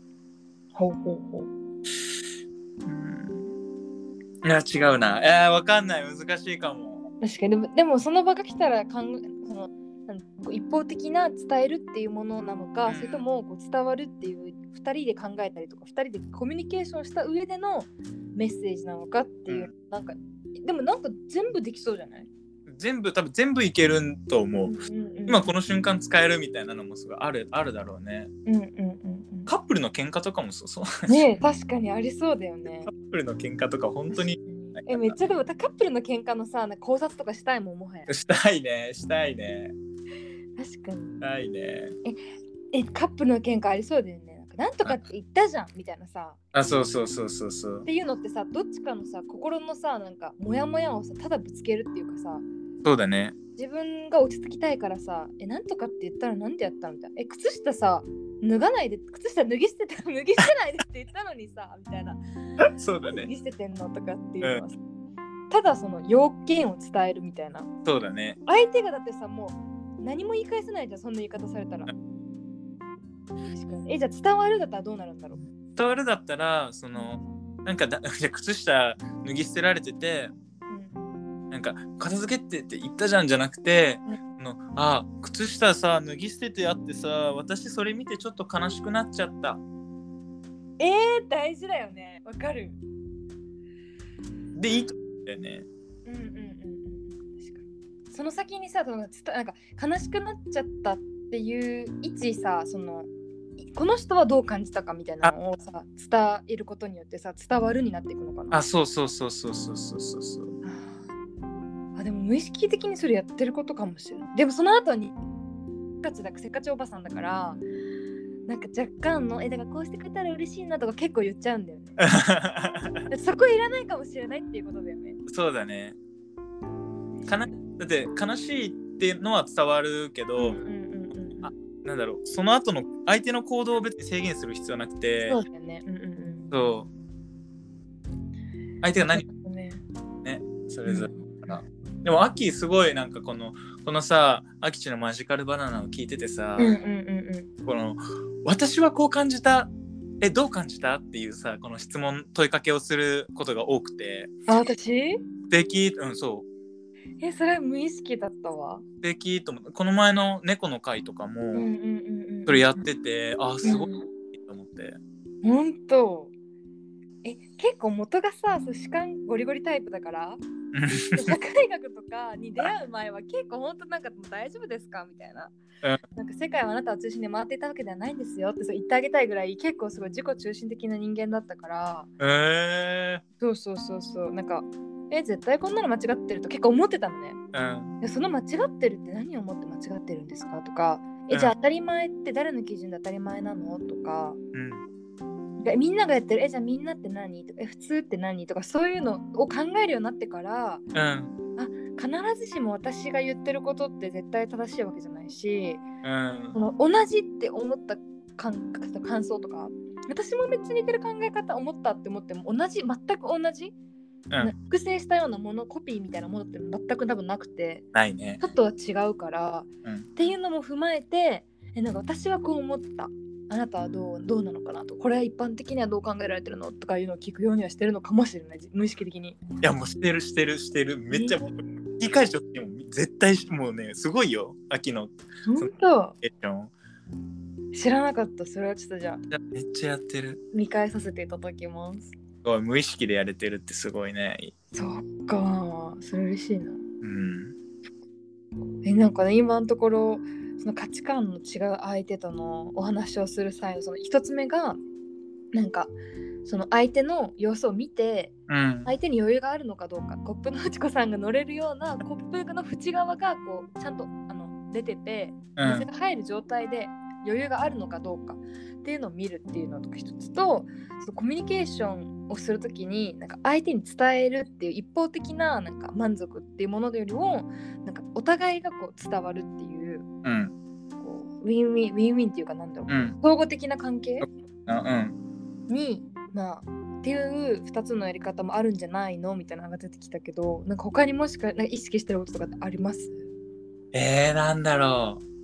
[SPEAKER 2] いや違うな。わかんない。難しいかも。
[SPEAKER 1] 確かに。でもその場が来たらその一方的な伝えるっていうものなのか、それともこう伝わるっていう2人で考えたりとか2人でコミュニケーションした上でのメッセージなのかっていう、なんかでもなんか全部できそうじゃない？
[SPEAKER 2] 多分全部いけると思う。今この瞬間使えるみたいなのもすごいあるだろうね。カップルの喧嘩とかもそう
[SPEAKER 1] ね。確かにありそうだよね。
[SPEAKER 2] カップルの喧嘩とか本当に
[SPEAKER 1] めっちゃでもカップルの喧嘩のさ、考察とかしたいもん。もはや
[SPEAKER 2] したいね。
[SPEAKER 1] 確かに
[SPEAKER 2] したいね。
[SPEAKER 1] カップルの喧嘩ありそうだよね。なんとかって言ったじゃんみたいなさ。
[SPEAKER 2] そう
[SPEAKER 1] っていうのってさ、どっちかのさ心のさなんかモヤモヤをさただぶつけるっていうかさ。
[SPEAKER 2] そうだね。
[SPEAKER 1] 自分が落ち着きたいからさ、なんとかって言ったらなんてやったのみたいな。靴下さ脱がないで、靴下脱ぎ捨てないでって言ったのにさみたいな。
[SPEAKER 2] そうだね。
[SPEAKER 1] 脱ぎ捨ててんのとかっていうのは、ただその要件を伝えるみたいな。
[SPEAKER 2] そうだね。
[SPEAKER 1] 相手がだってさもう何も言い返せないじゃん、そんな言い方されたら。確かに。じゃあ伝わるだったらどうなるんだろう。
[SPEAKER 2] 伝わるだったらそのなんか靴下脱ぎ捨てられてて、なんか片付けてって言ったじゃんじゃなくて、靴下さ脱ぎ捨ててあってさ、私それ見てちょっと悲しくなっちゃった。
[SPEAKER 1] 大事だよね。わかる。
[SPEAKER 2] でいいと思うんだよね。
[SPEAKER 1] 確かに。その先にさなんか悲しくなっちゃったっっていう一さ、そのこの人はどう感じたかみたいなのをさ伝えることによってさ伝わるになっていくのかな。
[SPEAKER 2] そうそう
[SPEAKER 1] でも無意識的にそれやってることかもしれない。でもその後にせっかちおばさんだからなんか若干のだからこうしてくれたら嬉しいなとか結構言っちゃうんだよねそこいらないかもしれないっていうことだよね。
[SPEAKER 2] そうだね。だって悲しいっていうのは伝わるけど、なんだろう、その後の相手の行動を別に制限する必要はなくて、
[SPEAKER 1] そうだよね。
[SPEAKER 2] そう相手が何ねそれぞれから、でもアキすごいなんかこのさアキチのマジカルバナナを聞いててさ、この私はこう感じたどう感じたっていうさこの問いかけをすることが多くて、
[SPEAKER 1] 私
[SPEAKER 2] 素敵、そう
[SPEAKER 1] それは無意識だったわ。
[SPEAKER 2] 素敵と思って、この前の猫の回とかもそれやってて、すごいと思って。
[SPEAKER 1] ほんと結構元がさ主観ゴリゴリタイプだから社会学とかに出会う前は結構ほんとなんかもう大丈夫ですかみたいな、なんか世界はあなたを中心に回っていたわけではないんですよって言ってあげたいぐらい結構すごい自己中心的な人間だったから、そうなんか絶対こんなの間違ってると結構思ってたのね、その間違ってるって何を思って間違ってるんですかとか、じゃあ当たり前って誰の基準で当たり前なのとか、みんながやってるじゃあみんなって何とか普通って何とかそういうのを考えるようになってから、必ずしも私が言ってることって絶対正しいわけじゃないし、その同じって思った感想とか私もめっちゃ似てる考え方思ったって思っても全く同じ、複製したようなものコピーみたいなものって全く多分なくて、
[SPEAKER 2] ないね、
[SPEAKER 1] ちょっとは違うから、っていうのも踏まえてなんか私はこう思った、あなたはどうなのかなと、これは一般的にはどう考えられてるのとかいうのを聞くようにはしてるのかもしれない、無意識的に。い
[SPEAKER 2] やもうしてるめっちゃ聞き返してほしいもん絶対。もうねすごいよ秋の
[SPEAKER 1] 本当知らなかった。それはちょっとじゃあ
[SPEAKER 2] めっちゃやってる、
[SPEAKER 1] 見返させていただきます。
[SPEAKER 2] 無意識でやれてるってすごいね。
[SPEAKER 1] そっか、それ嬉しいな。なんかね今のところその価値観の違う相手とのお話をする際のその一つ目がなんかその相手の様子を見て、相手に余裕があるのかどうか、コップのハチコさんが乗れるようなコップの縁側がこうちゃんと出てて水が入る状態で余裕があるのかどうかっていうのを見るっていうのとか一つと、そのコミュニケーションをするときになんか相手に伝えるっていう一方的ななんか満足っていうものよりもなんかお互いがこう伝わるっていう、こうウィンウィンっていうかなんだろう、相互的な関係にっていう2つのやり方もあるんじゃないのみたいなのが出てきたけど、なんか他にもしかなんか意識してることとかってあります？
[SPEAKER 2] なんだろう、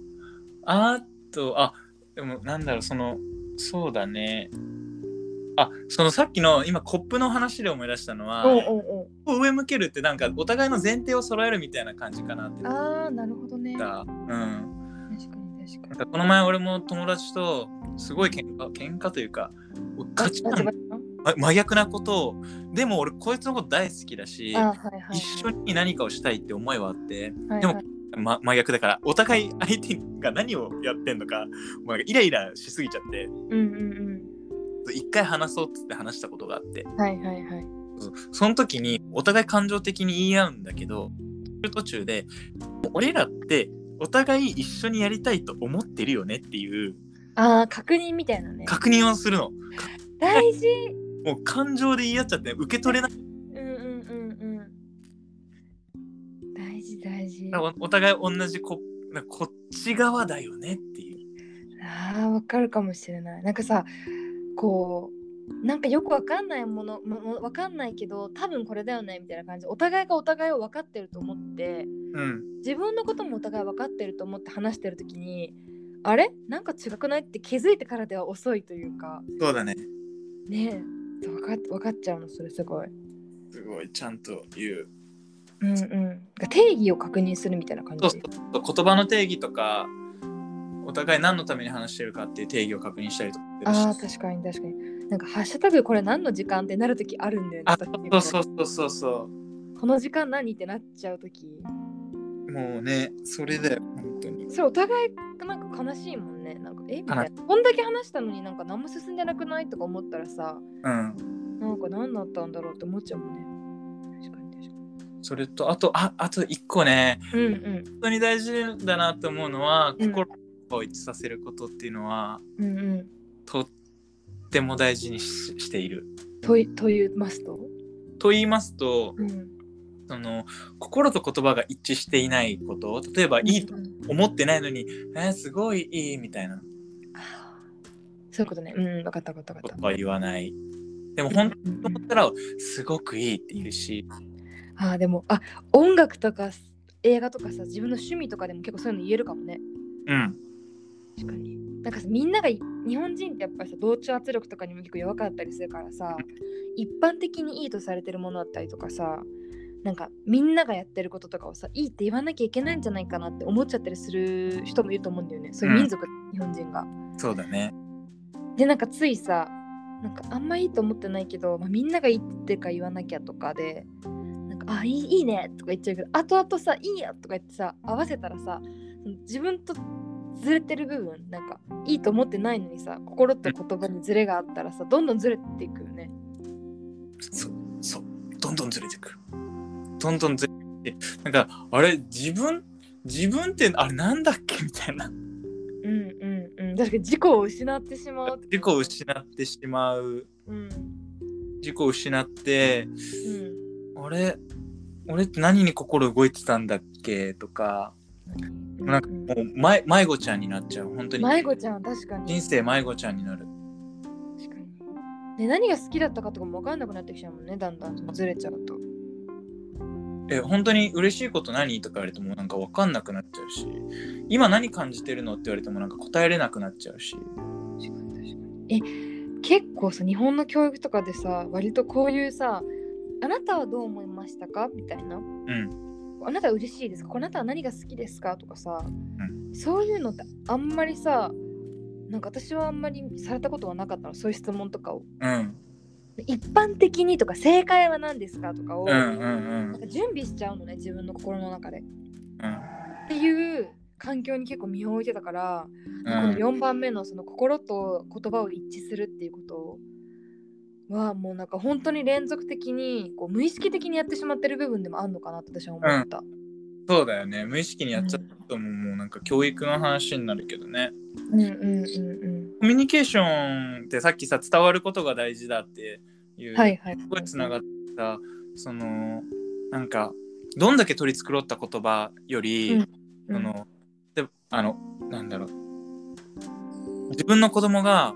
[SPEAKER 2] でもなんだろう、そうだね、そのさっきの今コップの話で思い出したのは、上向けるってなんかお互いの前提を揃えるみたいな感じかなって。
[SPEAKER 1] なるほどね。
[SPEAKER 2] 確かになんかこの前俺も友達とすごい喧嘩というか価値観真逆なことを、でも俺こいつのこと大好きだし、一緒に何かをしたいって思いはあって、でも真逆だからお互い相手が何をやってんのかイライラしすぎちゃって、一回話そうっつって話したことがあって、その時にお互い感情的に言い合うんだけど、途中で俺らってお互い一緒にやりたいと思ってるよねっていう
[SPEAKER 1] 確認みたいなね、
[SPEAKER 2] 確認をするの
[SPEAKER 1] 大事。
[SPEAKER 2] もう感情で言い合っちゃって受け取れない。
[SPEAKER 1] 大事。
[SPEAKER 2] お互い同じこっち側だよねっていう。
[SPEAKER 1] わかるかもしれない。なんかさこうなんかよくわかんないものわかんないけど多分これだよねみたいな感じでお互いがお互いを分かってると思って、自分のこともお互い分かってると思って話してる時にあれなんか違くないって気づいてからでは遅いというか。
[SPEAKER 2] そうだね。
[SPEAKER 1] 分かっちゃうの、それすごい
[SPEAKER 2] ちゃんと言う。
[SPEAKER 1] 定義を確認するみたいな感じ。
[SPEAKER 2] 言葉の定義とかお互い何のために話してるかっていう定義を確認したりとか。
[SPEAKER 1] 確かになんかハッシュタグこれ何の時間ってなるときあるんだよね。
[SPEAKER 2] そう
[SPEAKER 1] この時間何ってなっちゃうとき
[SPEAKER 2] もうねそれだよ本当に。
[SPEAKER 1] それお互いなんか悲しいもんね。なんかみたいな。こんだけ話したのになんか何も進んでなくないとか思ったらさ、なんか何だったんだろうって思っちゃうもんね。確かに。
[SPEAKER 2] それとあと一個ね、本当に大事だなと思うのは、心を一致させることっていうのは、とっても大事に している。
[SPEAKER 1] と言いますと、
[SPEAKER 2] その心と言葉が一致していないこと、例えばいいと思ってないのに、すごいいいみたいな、
[SPEAKER 1] そういうことね。分かった。言
[SPEAKER 2] 葉言わない。でも本当に思ったらすごくいいって言うし、
[SPEAKER 1] でも音楽とか映画とかさ、自分の趣味とかでも結構そういうの言えるかもね。確かに。なんかさ、みんなが日本人ってやっぱりさ、同調圧力とかにも結構弱かったりするからさ、一般的にいいとされてるものだったりとかさ、なんかみんながやってることとかをさ、いいって言わなきゃいけないんじゃないかなって思っちゃったりする人もいると思うんだよね。そういう民族、日本人が。
[SPEAKER 2] そうだね。
[SPEAKER 1] でなんかついさ、なんかあんまいいと思ってないけど、みんながいいってか言わなきゃとかで、なんかいいねとか言っちゃうけど、後々さ、いいやとか言ってさ、合わせたらさ、自分とずれてる部分、なんかいいと思ってないのにさ、心と言葉にずれがあったらさ、どんどんずれていくよね。
[SPEAKER 2] そうどんどんずれていく。なんかあれ自分ってあれなんだっけみたいな。
[SPEAKER 1] 確かに自己を失ってしまう。
[SPEAKER 2] 自己を失って、俺って何に心動いてたんだっけとか、なんかもう迷子ちゃんになっちゃう。本当に
[SPEAKER 1] 迷子ちゃん、確かに
[SPEAKER 2] 人生迷子ちゃんになる。
[SPEAKER 1] 確かに、何が好きだったかとかも分かんなくなってきちゃうもんね。だんだんずれちゃうと、
[SPEAKER 2] 本当に嬉しいこと何とか言われてもなんか分かんなくなっちゃうし、今何感じてるのって言われてもなんか答えれなくなっちゃうし。
[SPEAKER 1] 結構さ、日本の教育とかでさ、割とこういうさ、あなたはどう思いましたかみたいな、あなたは嬉しいですか、あなたは何が好きですかとかさ、そういうのってあんまりさ、なんか私はあんまりされたことはなかったの、そういう質問とかを。一般的にとか正解は何ですかとかを、なんか準備しちゃうのね、自分の心の中で、っていう環境に結構身を置いてたから、この4番目のその心と言葉を一致するっていうことはもうなんか本当に連続的にこう無意識的にやってしまってる部分でもあるのかなって私は思った、
[SPEAKER 2] そうだよね。無意識にやっちゃったとも、もうなんか教育の話になるけどね。コミュニケーションってさっきさ、伝わることが大事だっていう、すごいつながった、そのなんかどんだけ取り繕った言葉より、なんだろう、自分の子供が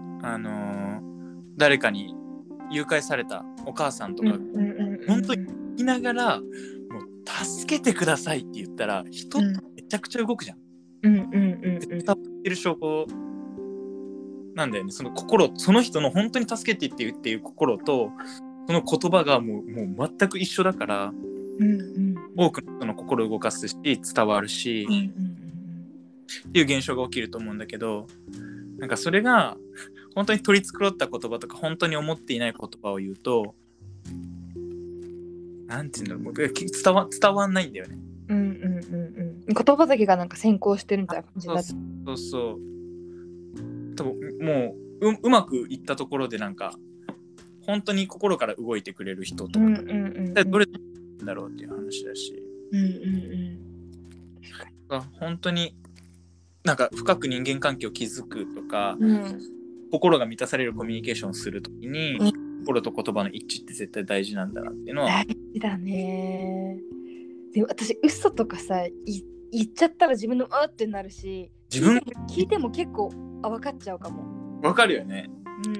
[SPEAKER 2] 誰かに誘拐されたお母さんとか、本当に言いながらもう助けてくださいって言ったら人ってめちゃくちゃ動くじゃん。伝わってる証拠なんだよね。その心、その人の本当に助けてって言っていう心とその言葉がもう全く一緒だから、多くの人の心を動かすし伝わるし、っていう現象が起きると思うんだけど、なんかそれが本当に取り繕った言葉とか本当に思っていない言葉を言うと、なんていうんだろう、伝わんないんだよね。
[SPEAKER 1] 言葉だけがなんか先行してるみたいな感じだ。
[SPEAKER 2] そう多分もうまくいったところでなんか本当に心から動いてくれる人とか、どれだろうっていう話だし、本当になんか深く人間関係を築くとか、心が満たされるコミュニケーションをするときに、心と言葉の一致って絶対大事なんだなっていうのは。
[SPEAKER 1] 大事だね。でも私嘘とかさ言っちゃったら自分のってなるし、聞いても結構分かっちゃうかも。
[SPEAKER 2] 分かるよね。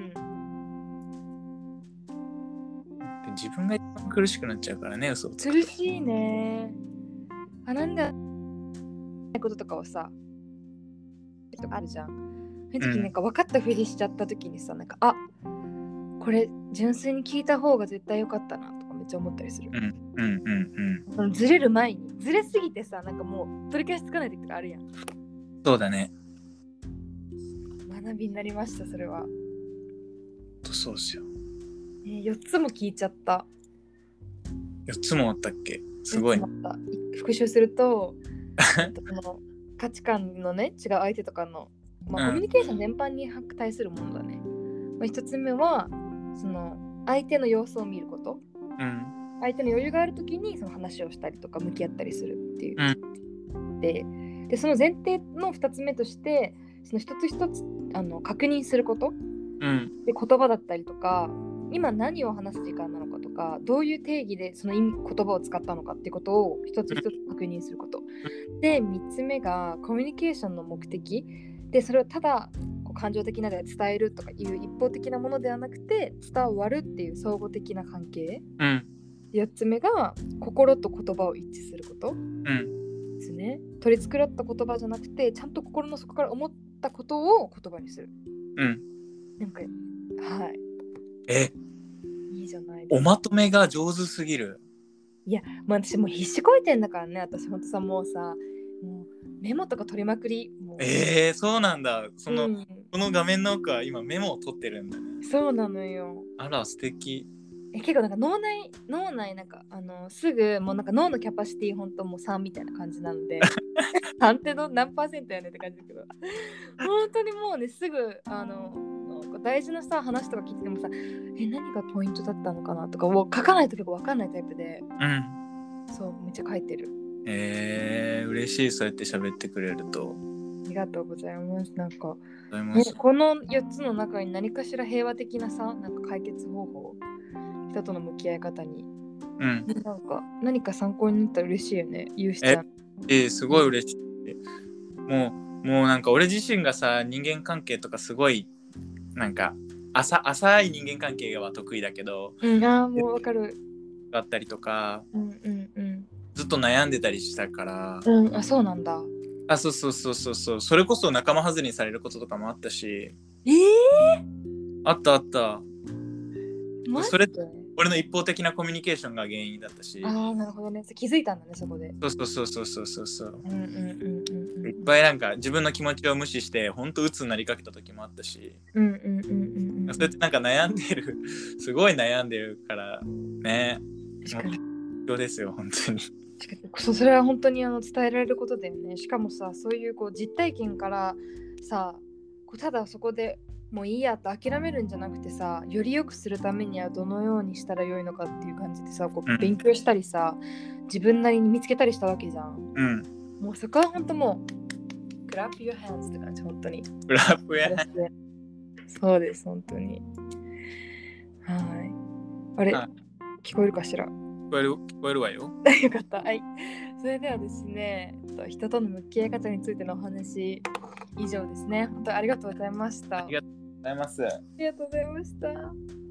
[SPEAKER 2] 自分が一番苦しくなっちゃうからね、嘘をつくと。
[SPEAKER 1] 苦しいね。なんだこととかをさあるじゃん。その時なんか分かったふりしちゃった時にさ、なんかこれ純粋に聞いた方が絶対良かったなとかめっちゃ思ったりする。ずれる前に、ずれすぎてさ、なんかもう取り返しつかない時とかあるやん。
[SPEAKER 2] そうだね。
[SPEAKER 1] 学びになりました、それは。
[SPEAKER 2] そうっすよ。
[SPEAKER 1] 4つも聞いちゃった。
[SPEAKER 2] 4つもあったっけ？すごい。
[SPEAKER 1] 復習すると価値観のね違う相手とかの、コミュニケーション全般に対するものだね。1つ目はその相手の様子を見ること、相手の余裕があるときにその話をしたりとか向き合ったりするっていう、でその前提の2つ目としてその一つ一つ確認すること、で言葉だったりとか今何を話す時間なのかとかどういう定義でその言葉を使ったのかっていうことを一つ一つ確認すること、で3つ目がコミュニケーションの目的で、それをただ感情的なで伝えるとかいう一方的なものではなくて伝わるっていう相互的な関係、4つ目が心と言葉を一致すること、ですね。取り繕った言葉じゃなくてちゃんと心の底から思ったことを言葉にする。なんかいいじゃないですか。
[SPEAKER 2] おまとめが上手すぎる。
[SPEAKER 1] いや、私もう必死こいてんだからね。私ほんとさもうメモとか取りまくり。
[SPEAKER 2] そうなんだ。この画面の奥は今メモを取ってるんだね。
[SPEAKER 1] そうなのよ。
[SPEAKER 2] あら素敵。
[SPEAKER 1] 結構なんか脳内なんかすぐもうなんか脳のキャパシティほんともう3みたいな感じなので3って何パーセントやねって感じだけど本当にもうねすぐ大事なさ話とか聞いててもさ何がポイントだったのかなとかを書かないと結構分かんないタイプで、そうめっちゃ書いてる。
[SPEAKER 2] 嬉しい、そうやって喋ってくれると。
[SPEAKER 1] ありがとうございます。なんかこの4つの中に何かしら平和的なさなんか解決方法、人との向き合い方に、なんか何か参考になったら嬉しいよね。ゆうしちゃん。
[SPEAKER 2] すごい嬉しい。もうなんか俺自身がさ人間関係とかすごいなんか浅い人間関係は得意だけど、
[SPEAKER 1] もうわかる。
[SPEAKER 2] あったりとか、ずっと悩んでたりしたから、
[SPEAKER 1] そうなんだ。
[SPEAKER 2] そうそれこそ仲間外れにされることとかもあったし、あった。それ俺の一方的なコミュニケーションが原因だったし。
[SPEAKER 1] なるほどね。気づいたんだねそこで。
[SPEAKER 2] そういっぱいなんか自分の気持ちを無視して本当鬱になりかけた時もあったし、それってなんか悩んでるすごい悩んでるからね。
[SPEAKER 1] 確かに
[SPEAKER 2] そうですよ本当に。
[SPEAKER 1] それは本当に伝えられることだよね。しかもさそういう実体験からさただそこでもういいやと諦めるんじゃなくてさ、より良くするためにはどのようにしたらよいのかっていう感じでさ勉強したりさ自分なりに見つけたりしたわけじゃん。もうそこは本当もうクラップ your hands って感じ。本当に
[SPEAKER 2] クラップ your hands。
[SPEAKER 1] そうです本当に。あれ聞こえるかしら。
[SPEAKER 2] 聞こえるわよ。
[SPEAKER 1] よかった。それではですね、人との向き合い方についてのお話以上ですね。本当にありがとうございました。
[SPEAKER 2] ありがとうございます。
[SPEAKER 1] ありがとうございました。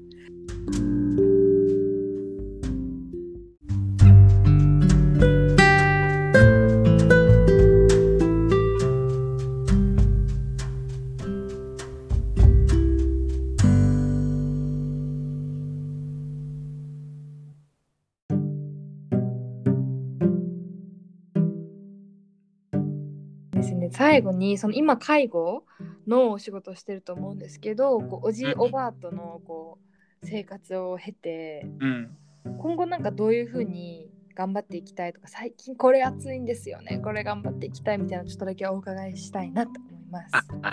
[SPEAKER 1] 最後に今介護のお仕事をしてると思うんですけど、おじいおばあとの生活を経て、今後なんかどういう風に頑張っていきたいとか、最近これ熱いんですよね、これ頑張っていきたいみたいなちょっとだけお伺いしたいなと思います。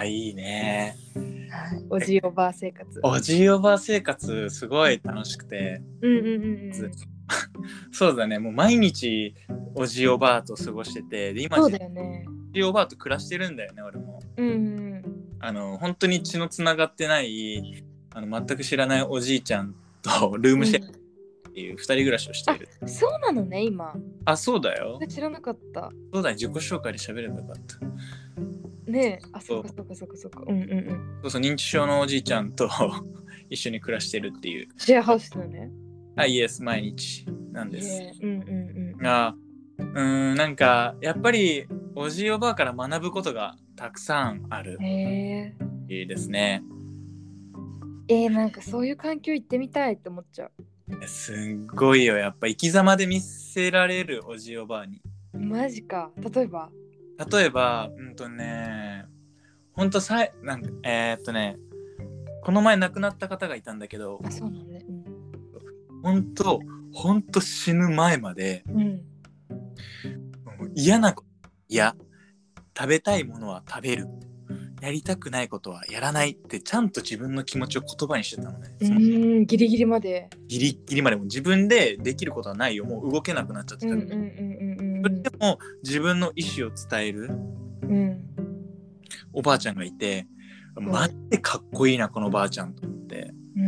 [SPEAKER 2] いいね。
[SPEAKER 1] おじいおばあ生活。
[SPEAKER 2] おじいおばあ生活すごい楽しくて、そうだね、もう毎日おじいおばあと過ごしてて、で今
[SPEAKER 1] そうだよね。
[SPEAKER 2] おじいおばあと暮らしてるんだよね俺も。本当に血のつながってない全く知らないおじいちゃんとルームシェアっていう2人暮らしをしている。
[SPEAKER 1] そうなのね今。そうだよ。知らなかった。
[SPEAKER 2] そうだね、自己紹介で喋ればよかった。
[SPEAKER 1] ねえ、そうか。
[SPEAKER 2] そう認知症のおじいちゃんと一緒に暮らしてるっていう。
[SPEAKER 1] シェアハウスだね。
[SPEAKER 2] イエス毎日なんです。なんかやっぱりおじいおばあから学ぶことがたくさんある。いいですね。
[SPEAKER 1] なんかそういう環境行ってみたいって思っちゃう。
[SPEAKER 2] すんごいよ、やっぱ生き様で見せられるおじいおばあに。
[SPEAKER 1] マジか。例えば
[SPEAKER 2] ほんとなんかこの前亡くなった方がいたんだけど、
[SPEAKER 1] そうなんね。
[SPEAKER 2] ほんと死ぬ前まで、嫌なこと食べたいものは食べる、やりたくないことはやらないってちゃんと自分の気持ちを言葉にしてたのね。
[SPEAKER 1] ギリギリまで
[SPEAKER 2] も自分でできることはないよ、もう動けなくなっちゃってた、それでも自分の意思を伝える、おばあちゃんがいて、マジでかっこいいなこのばあちゃんと思って、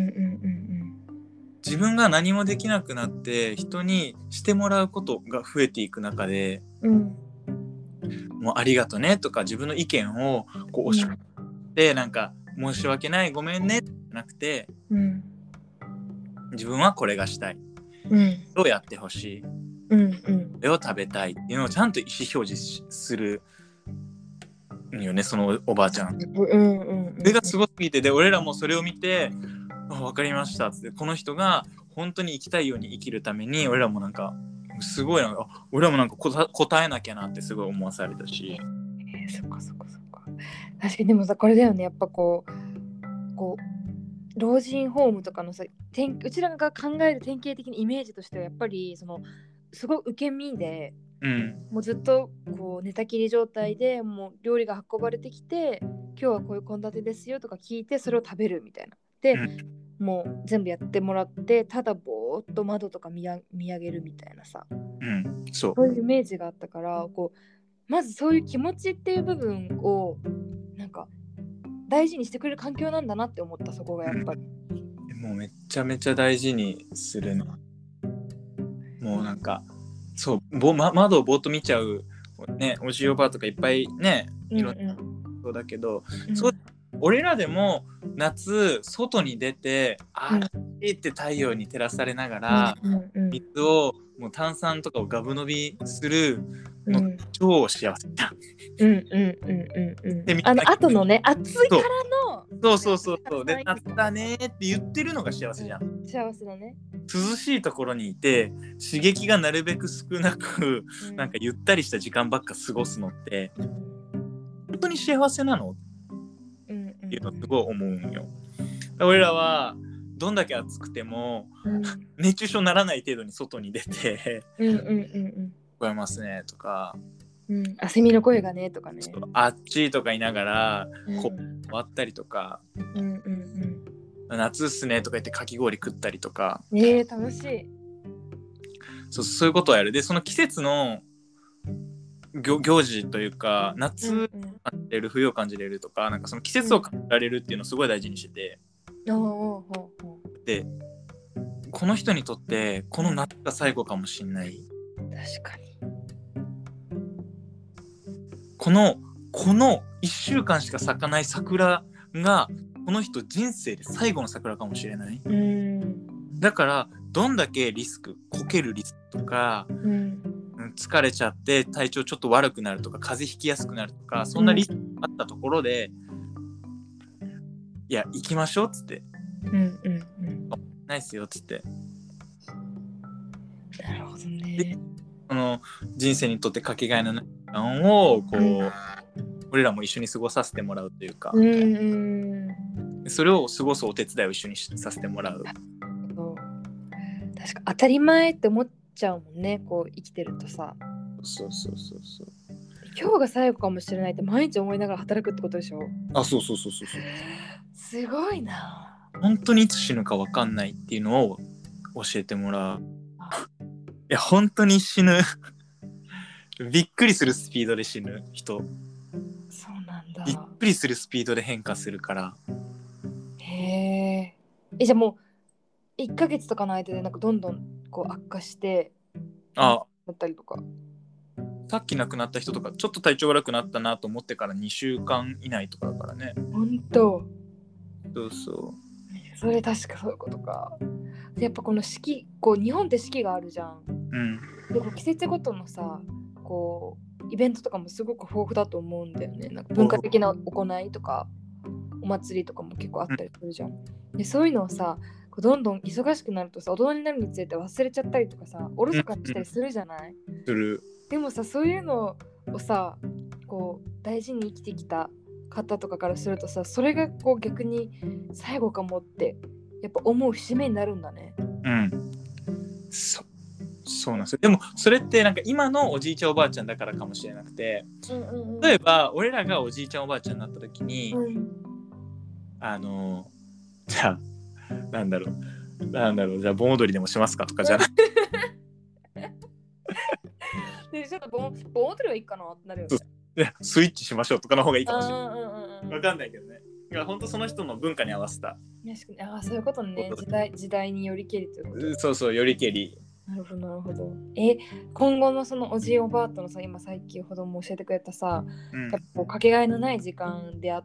[SPEAKER 2] 自分が何もできなくなって人にしてもらうことが増えていく中で、もうありがとねとか自分の意見をこう押し込んで、なんか申し訳ないごめんねじゃなくて、自分はこれがしたい、どうやってほしい、これを食べたいっていうのをちゃんと意思表示するよね、そのおばあちゃん。それがすごすぎて、で俺らもそれを見て、分かりましたって、この人が本当に生きたいように生きるために俺らもなんかすごいなんか、俺らもなんか答えなきゃなってすごい思わされたし、
[SPEAKER 1] そっか確かに。でもさ、これだよね、やっぱこう老人ホームとかのさ、うちらが考える典型的なイメージとしてはやっぱりそのすごい受け身で、もうずっとこう寝たきり状態で、もう料理が運ばれてきて、今日はこういう献立ですよとか聞いて、それを食べるみたいなで、もう全部やってもらって、ただぼーっと窓とか見上げるみたいなさ、そういうイメージがあったから、こうまずそういう気持ちっていう部分をなんか大事にしてくれる環境なんだなって思った。そこがやっぱり、
[SPEAKER 2] もうめちゃめちゃ大事にするの。もうなんかそう窓をぼーっと見ちゃうね、おじおばあとかいっぱいね、いろんなそうだけど、俺らでも夏外に出ていいって太陽に照らされながら、水をもう炭酸とかをガブ飲みするの、超幸せじゃん。
[SPEAKER 1] あとのね、暑いからの
[SPEAKER 2] そうで、夏だねって言ってるのが幸せじゃん。
[SPEAKER 1] 幸せだね。
[SPEAKER 2] 涼しいところにいて刺激がなるべく少なく、なんかゆったりした時間ばっか過ごすのって本当に幸せなのっていうのすごい思うんよ。俺らはどんだけ暑くても、熱中症にならない程度に外に出て聞こえますねとか、
[SPEAKER 1] セミの声がねとかね、
[SPEAKER 2] あっちとか言いながらこう終わったりとか、夏っすねとか言ってかき氷食ったりとか、
[SPEAKER 1] 楽しい。
[SPEAKER 2] そういうことをやる。でその季節の行事というか、夏を感じれる、冬を感じれるとか、なんかその季節を感じられるっていうのをすごい大事にしてて、でこの人にとってこの夏が最後かもしんない。
[SPEAKER 1] 確かに。
[SPEAKER 2] この1週間しか咲かない桜がこの人人生で最後の桜かもしれない。だからどんだけリスク、こけるリスクとか、疲れちゃって体調ちょっと悪くなるとか、風邪ひきやすくなるとか、そんなリスクあったところで、いや行きましょうっつって、ないっすよっつって。
[SPEAKER 1] なるほどね。
[SPEAKER 2] その人生にとってかけがえのない時間をこう、俺らも一緒に過ごさせてもらうというか、それを過ごすお手伝いを一緒にさせてもらう。
[SPEAKER 1] 確か当たり前って思っちゃうもんね、こう生きてるとさ。
[SPEAKER 2] そう
[SPEAKER 1] 今日が最後かもしれないって毎日思いながら働くってことでしょ。
[SPEAKER 2] そう
[SPEAKER 1] すごいな。
[SPEAKER 2] 本当にいつ死ぬか分かんないっていうのを教えてもらう。いや本当に死ぬびっくりするスピードで死ぬ人。
[SPEAKER 1] そうなんだ。
[SPEAKER 2] びっくりするスピードで変化するから。
[SPEAKER 1] へえ。じゃあもう1ヶ月とかの間でなんかどんどんこう悪化してなったりとか。
[SPEAKER 2] さっき亡くなった人とかちょっと体調悪くなったなと思ってから2週間以内とかだからね。
[SPEAKER 1] 本当。
[SPEAKER 2] そう
[SPEAKER 1] それ確かそういうことか。やっぱこの四季、こう日本って四季があるじゃん。でこう季節ごとのさ、こうイベントとかもすごく豊富だと思うんだよね。なんか文化的な行いとかお祭りとかも結構あったりするじゃん。でそういうのをさ、どんどん忙しくなるとさ、大人になるにつれて忘れちゃったりとかさ、おろそかにしたりするじゃない？
[SPEAKER 2] する。
[SPEAKER 1] でもさ、そういうのをさ、こう大事に生きてきた方とかからするとさ、それがこう逆に最後かもってやっぱ思う節目になるんだね。
[SPEAKER 2] そうそうなんですよ。でもそれってなんか今のおじいちゃんおばあちゃんだからかもしれなくて、例えば俺らがおじいちゃんおばあちゃんになった時に、じゃあなんだろうじゃあ盆踊りでもしますかとかじゃない
[SPEAKER 1] でちょっと盆踊りはいいかなってなるよね。
[SPEAKER 2] スイッチしましょうとかの方がいいかもしれない。わかんないけどね。本当その人の文化に合わせた。
[SPEAKER 1] そういうことね。時代によりけりということ。
[SPEAKER 2] そうよりけり。
[SPEAKER 1] なるほど。今後のそのおじいおばあとのさ、今最近ほども教えてくれたさ、やっぱこうかけがえのない時間であって、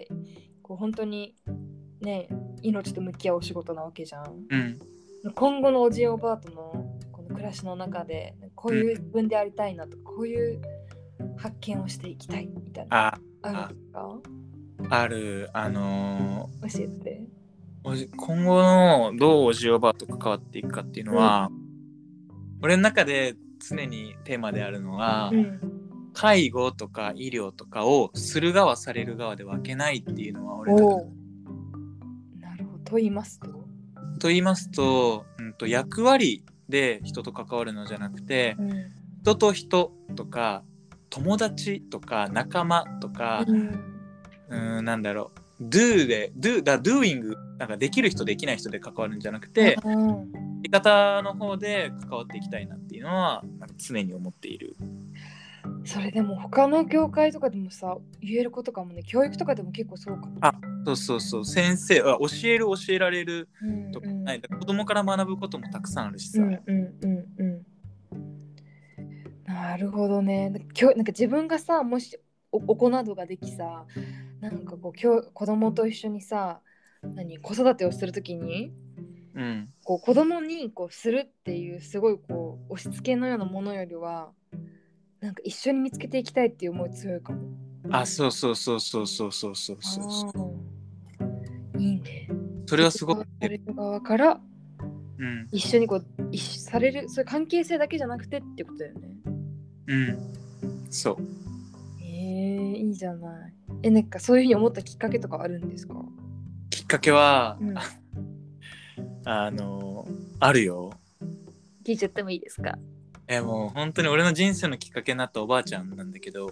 [SPEAKER 1] こう本当にね、命と向き合うお仕事なわけじゃん。今後のおじいおばあとのこの暮らしの中で、こういう自分でありたいなとか、こういう発見をしていきたいみたいな。あるんですか？
[SPEAKER 2] ある。
[SPEAKER 1] 教えて。
[SPEAKER 2] 今後のどうおじいおばあと関わっていくかっていうのは、俺の中で常にテーマであるのは、介護とか医療とかをする側される側で分けないっていうのは俺の中で。
[SPEAKER 1] なるほど。と言います
[SPEAKER 2] と、役割で人と関わるのじゃなくて、人と人とか友達とか仲間とか、なんだろう、doing なんかできる人できない人で関わるんじゃなくて、言い方の方で関わっていきたいなっていうのはなんか常に思っている。
[SPEAKER 1] それでも他の業界とかでもさ言えることかもね。教育とかでも結構そうかも、
[SPEAKER 2] ね。そう先生は教えられるとかない、子供から学ぶこともたくさんあるしさ。
[SPEAKER 1] なるほどね。なんか自分がさ、もしお子などができさ、なんかこう子供と一緒にさ、子育てをするときに、こう子供にこうするっていうすごいこう押し付けのようなものよりは、なんか一緒に見つけていきたいっていう思い強いかも。
[SPEAKER 2] そう
[SPEAKER 1] いいね。
[SPEAKER 2] それはすごく
[SPEAKER 1] される側から、一緒にこうされる、そういう関係性だけじゃなくてってことだよね。
[SPEAKER 2] そう。
[SPEAKER 1] いいじゃない。なんかそういうふうに思ったきっかけとかあるんですか？
[SPEAKER 2] きっかけは、あるよ。
[SPEAKER 1] 聞いちゃってもいいですか？
[SPEAKER 2] もう本当に俺の人生のきっかけになったおばあちゃんなんだけど、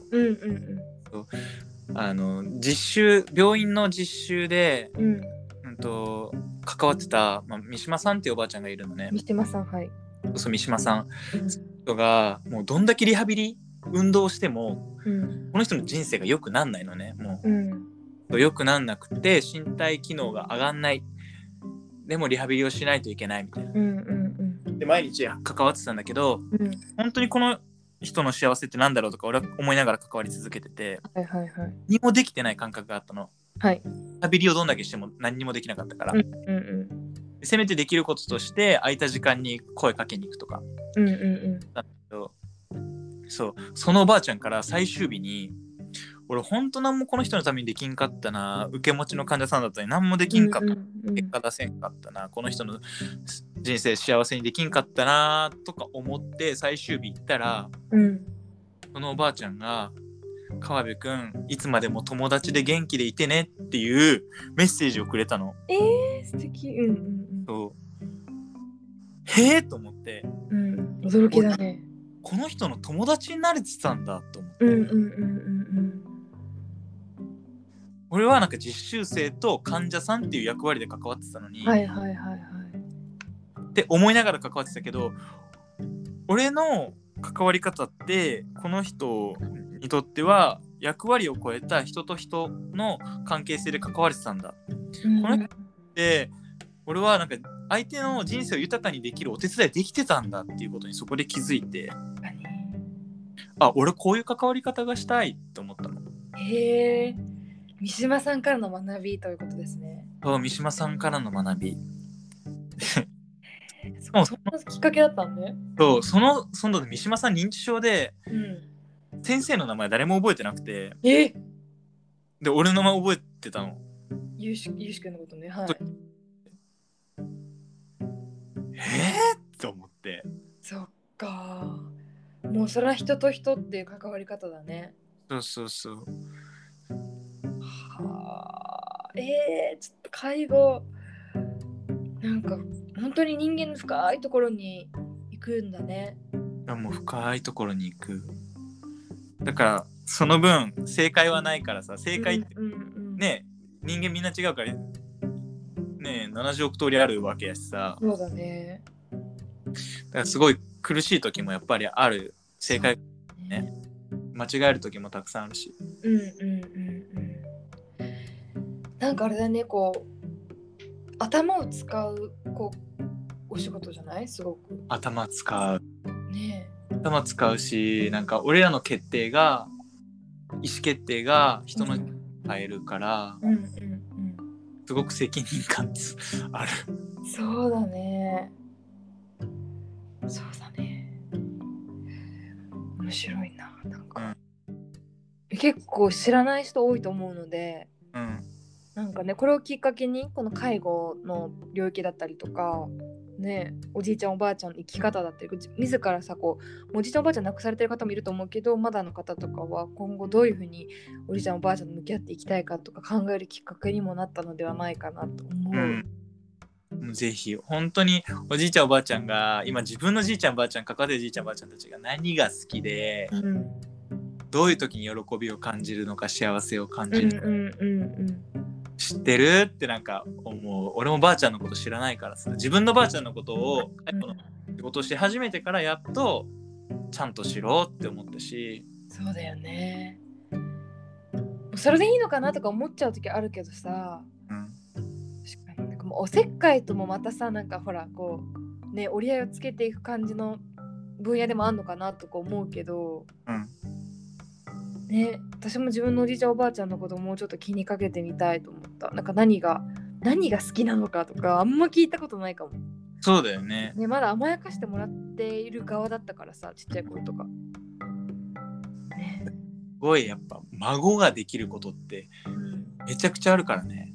[SPEAKER 2] 病院の実習で、関わってた、三島さんっていうおばあちゃんがいるのね。
[SPEAKER 1] 三島さん、はい。
[SPEAKER 2] そう三島さん、人がもうどんだけリハビリ運動しても、この人の人生が良くなんないのね。もう、良くなんなくて身体機能が上がんない。でもリハビリをしないといけないみたいな。で毎日関わってたんだけど、本当にこの人の幸せってなんだろうとか俺は思いながら関わり続けてて、何もできてない感覚があったの。リハビリをどんだけしても何にもできなかったから、せめてできることとして空いた時間に声かけに行くとか、そのおばあちゃんから最終日に、俺本当何もこの人のためにできんかったな、受け持ちの患者さんだったり何もできんかった、結果出せんかったな、この人の人生幸せにできんかったなとか思って最終日行ったら、そのおばあちゃんが川辺くんいつまでも友達で元気でいてねっていうメッセージをくれたの。
[SPEAKER 1] 素敵。
[SPEAKER 2] へーと思って、
[SPEAKER 1] 驚きだね。
[SPEAKER 2] この人の友達になれてたんだと思って、俺はなんか実習生と患者さんっていう役割で関わってたのに、って思いながら関わってたけど、俺の関わり方ってこの人にとっては役割を超えた人と人の関係性で関われてたんだ、この人って俺はなんか相手の人生を豊かにできるお手伝いできてたんだっていうことにそこで気づいて、俺こういう関わり方がしたいと思ったの。
[SPEAKER 1] 三島さんからの学びということですね。
[SPEAKER 2] 三島さんからの学び
[SPEAKER 1] そんなきっかけだったんね。
[SPEAKER 2] その三島さん認知症で、先生の名前誰も覚えてなくて、で俺の名前覚えてたの。
[SPEAKER 1] ゆうしくんのことね。
[SPEAKER 2] と思って。
[SPEAKER 1] そっか。もうそれは人と人っていう関わり方だね。
[SPEAKER 2] そう
[SPEAKER 1] ちょっと介護なんか本当に人間の深いところに行くんだね。
[SPEAKER 2] もう深いところに行く。だからその分正解はないからさ、正解って、ね、人間みんな違うからね、70億通りあるわけやしさ。
[SPEAKER 1] そうだね。
[SPEAKER 2] だからすごい苦しい時もやっぱりある。正解ね、間違える時もたくさんあるし。
[SPEAKER 1] なんかあれだね、こう頭を使うこうお仕事じゃない？すごく
[SPEAKER 2] 頭使う
[SPEAKER 1] ね。
[SPEAKER 2] 頭使うし、なんか俺らの決定が、意思決定が人の変えるから、すごく責任感ある。
[SPEAKER 1] そうだね。そうだね。面白いな。なんか、結構知らない人多いと思うので、なんかね、これをきっかけにこの介護の領域だったりとかね、おじいちゃんおばあちゃんの生き方だったり、自らさこうおじいちゃんおばあちゃん亡くされてる方もいると思うけど、まだの方とかは今後どういうふうにおじいちゃんおばあちゃんと向き合っていきたいかとか考えるきっかけにもなったのではないかなと思う。
[SPEAKER 2] ぜひ本当におじいちゃんおばあちゃんが今自分のじいちゃんおばあちゃん、関わってるじいちゃんおばあちゃんたちが何が好きで、どういう時に喜びを感じるのか、幸せを感じる、知ってるってなんか思う。俺もばあちゃんのこと知らないからさ、自分のばあちゃんのことを仕事して初めてからやっとちゃんとしろって思ったし。
[SPEAKER 1] そうだよね。それでいいのかなとか思っちゃう時あるけどさ、確かになんかもうおせっかいともまたさ、なんかほらこうね、折り合いをつけていく感じの分野でもあんのかなとか思うけど、ね、私も自分のおじいちゃんおばあちゃんのことをもうちょっと気にかけてみたいと思った。なんか何が好きなのかとかあんま聞いたことないかも。
[SPEAKER 2] そうだよね。
[SPEAKER 1] まだ甘やかしてもらっている側だったからさ、ちっちゃい頃とか。
[SPEAKER 2] すごいやっぱ孫ができることってめちゃくちゃあるからね。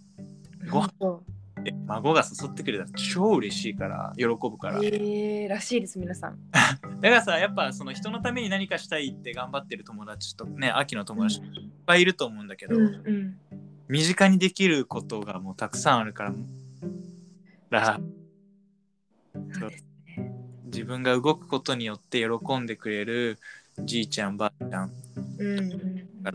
[SPEAKER 2] 孫が誘ってくれたら超嬉しいから喜ぶから。
[SPEAKER 1] らしいです皆さん。
[SPEAKER 2] だからさ、やっぱその人のために何かしたいって頑張ってる友達とね、秋の友達いっぱいいると思うんだけど、身近にできることがもうたくさんあるから
[SPEAKER 1] そうですね、
[SPEAKER 2] 自分が動くことによって喜んでくれるじいちゃんばあちゃんから、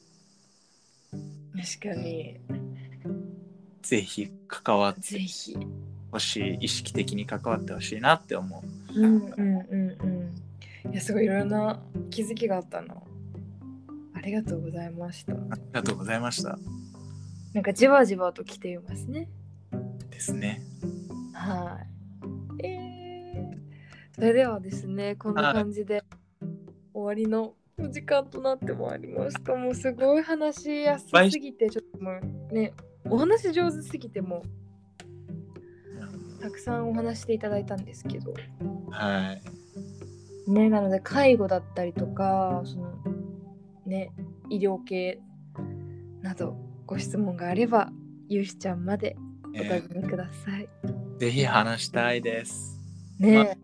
[SPEAKER 1] 確かに
[SPEAKER 2] ぜひ関わってほしい、意識的に関わってほしいなって思う。
[SPEAKER 1] いや、すごいいろいろな気づきがあったな。ありがとうございました。
[SPEAKER 2] ありがとうございました。
[SPEAKER 1] なんかじわじわと来ていますね。
[SPEAKER 2] ですね。
[SPEAKER 1] はい。それではですね、こんな感じで終わりのお時間となってまいりました。もうすごい話しやすすぎて、ちょっともうね、お話上手すぎてもたくさんお話していただいたんですけど、はいね、なので介護だったりとかそのね、医療系などご質問があればゆうしちゃんまでお尋ねください。
[SPEAKER 2] ぜひ話したいです
[SPEAKER 1] ね。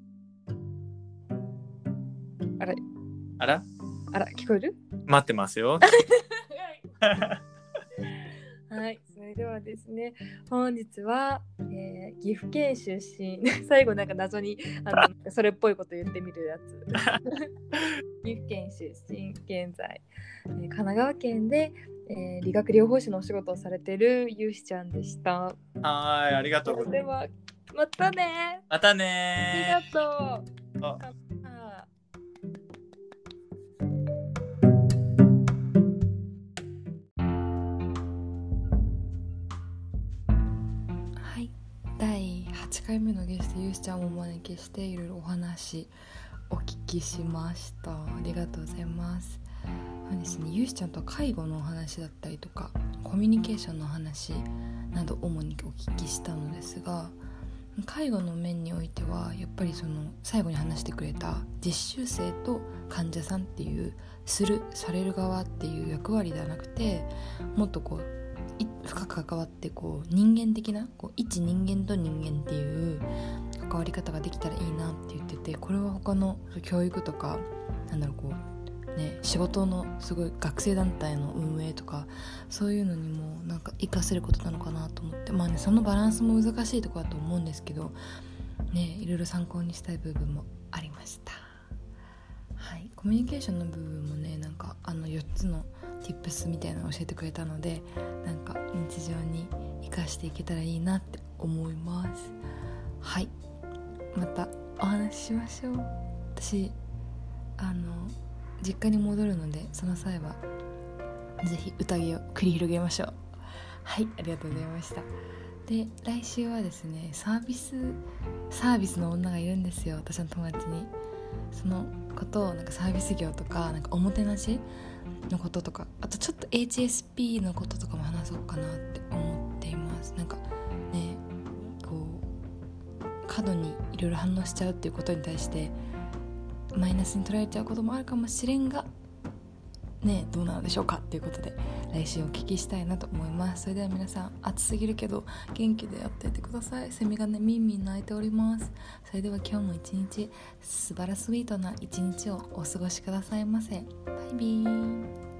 [SPEAKER 1] あら聞こえる？
[SPEAKER 2] 待ってますよ。
[SPEAKER 1] はい、それではですね、本日は、岐阜県出身最後なんか謎にそれっぽいこと言ってみるやつ岐阜県出身、現在、神奈川県で、理学療法士のお仕事をされているゆうしちゃんでした。
[SPEAKER 2] はい、ありがとうございます。
[SPEAKER 1] ではまたね。
[SPEAKER 2] またね。
[SPEAKER 1] ありがとう。第8回目のゲストゆうしちゃんをお招きしていろいろお話お聞きしました。ありがとうございます。ですね、ゆうしちゃんとは介護のお話だったりとかコミュニケーションの話など主にお聞きしたのですが、介護の面においてはやっぱりその最後に話してくれた実習生と患者さんっていうされる側っていう役割ではなくて、もっとこう深く関わってこう人間的な一人間と人間っていう関わり方ができたらいいなって言ってて、これは他の教育とか仕事のすごい学生団体の運営とかそういうのにもなんか活かせることなのかなと思って、そのバランスも難しいところだと思うんですけど、 ね、いろいろ参考にしたい部分もありました。はい、コミュニケーションの部分もね、なんか4つの tips みたいなのを教えてくれたので、なんか日常に生かしていけたらいいなって思います。はい、またお話ししましょう。私実家に戻るので、その際はぜひ宴を繰り広げましょう。はい、ありがとうございました。で、来週はですね、サービスの女がいるんですよ、私の友達に。そのことをなんかサービス業とか、なんかおもてなしのこととか、あとちょっと HSP のこととかも話そうかなって思っています。なんかね、こう過度にいろいろ反応しちゃうっていうことに対してマイナスに捉えちゃうこともあるかもしれんがね、どうなのでしょうかということで、来週お聞きしたいなと思います。それでは皆さん、暑すぎるけど元気でやっていてください。セミがね、ミンミン鳴いております。それでは今日も一日素晴らスイートな一日をお過ごしくださいませ。バイビー。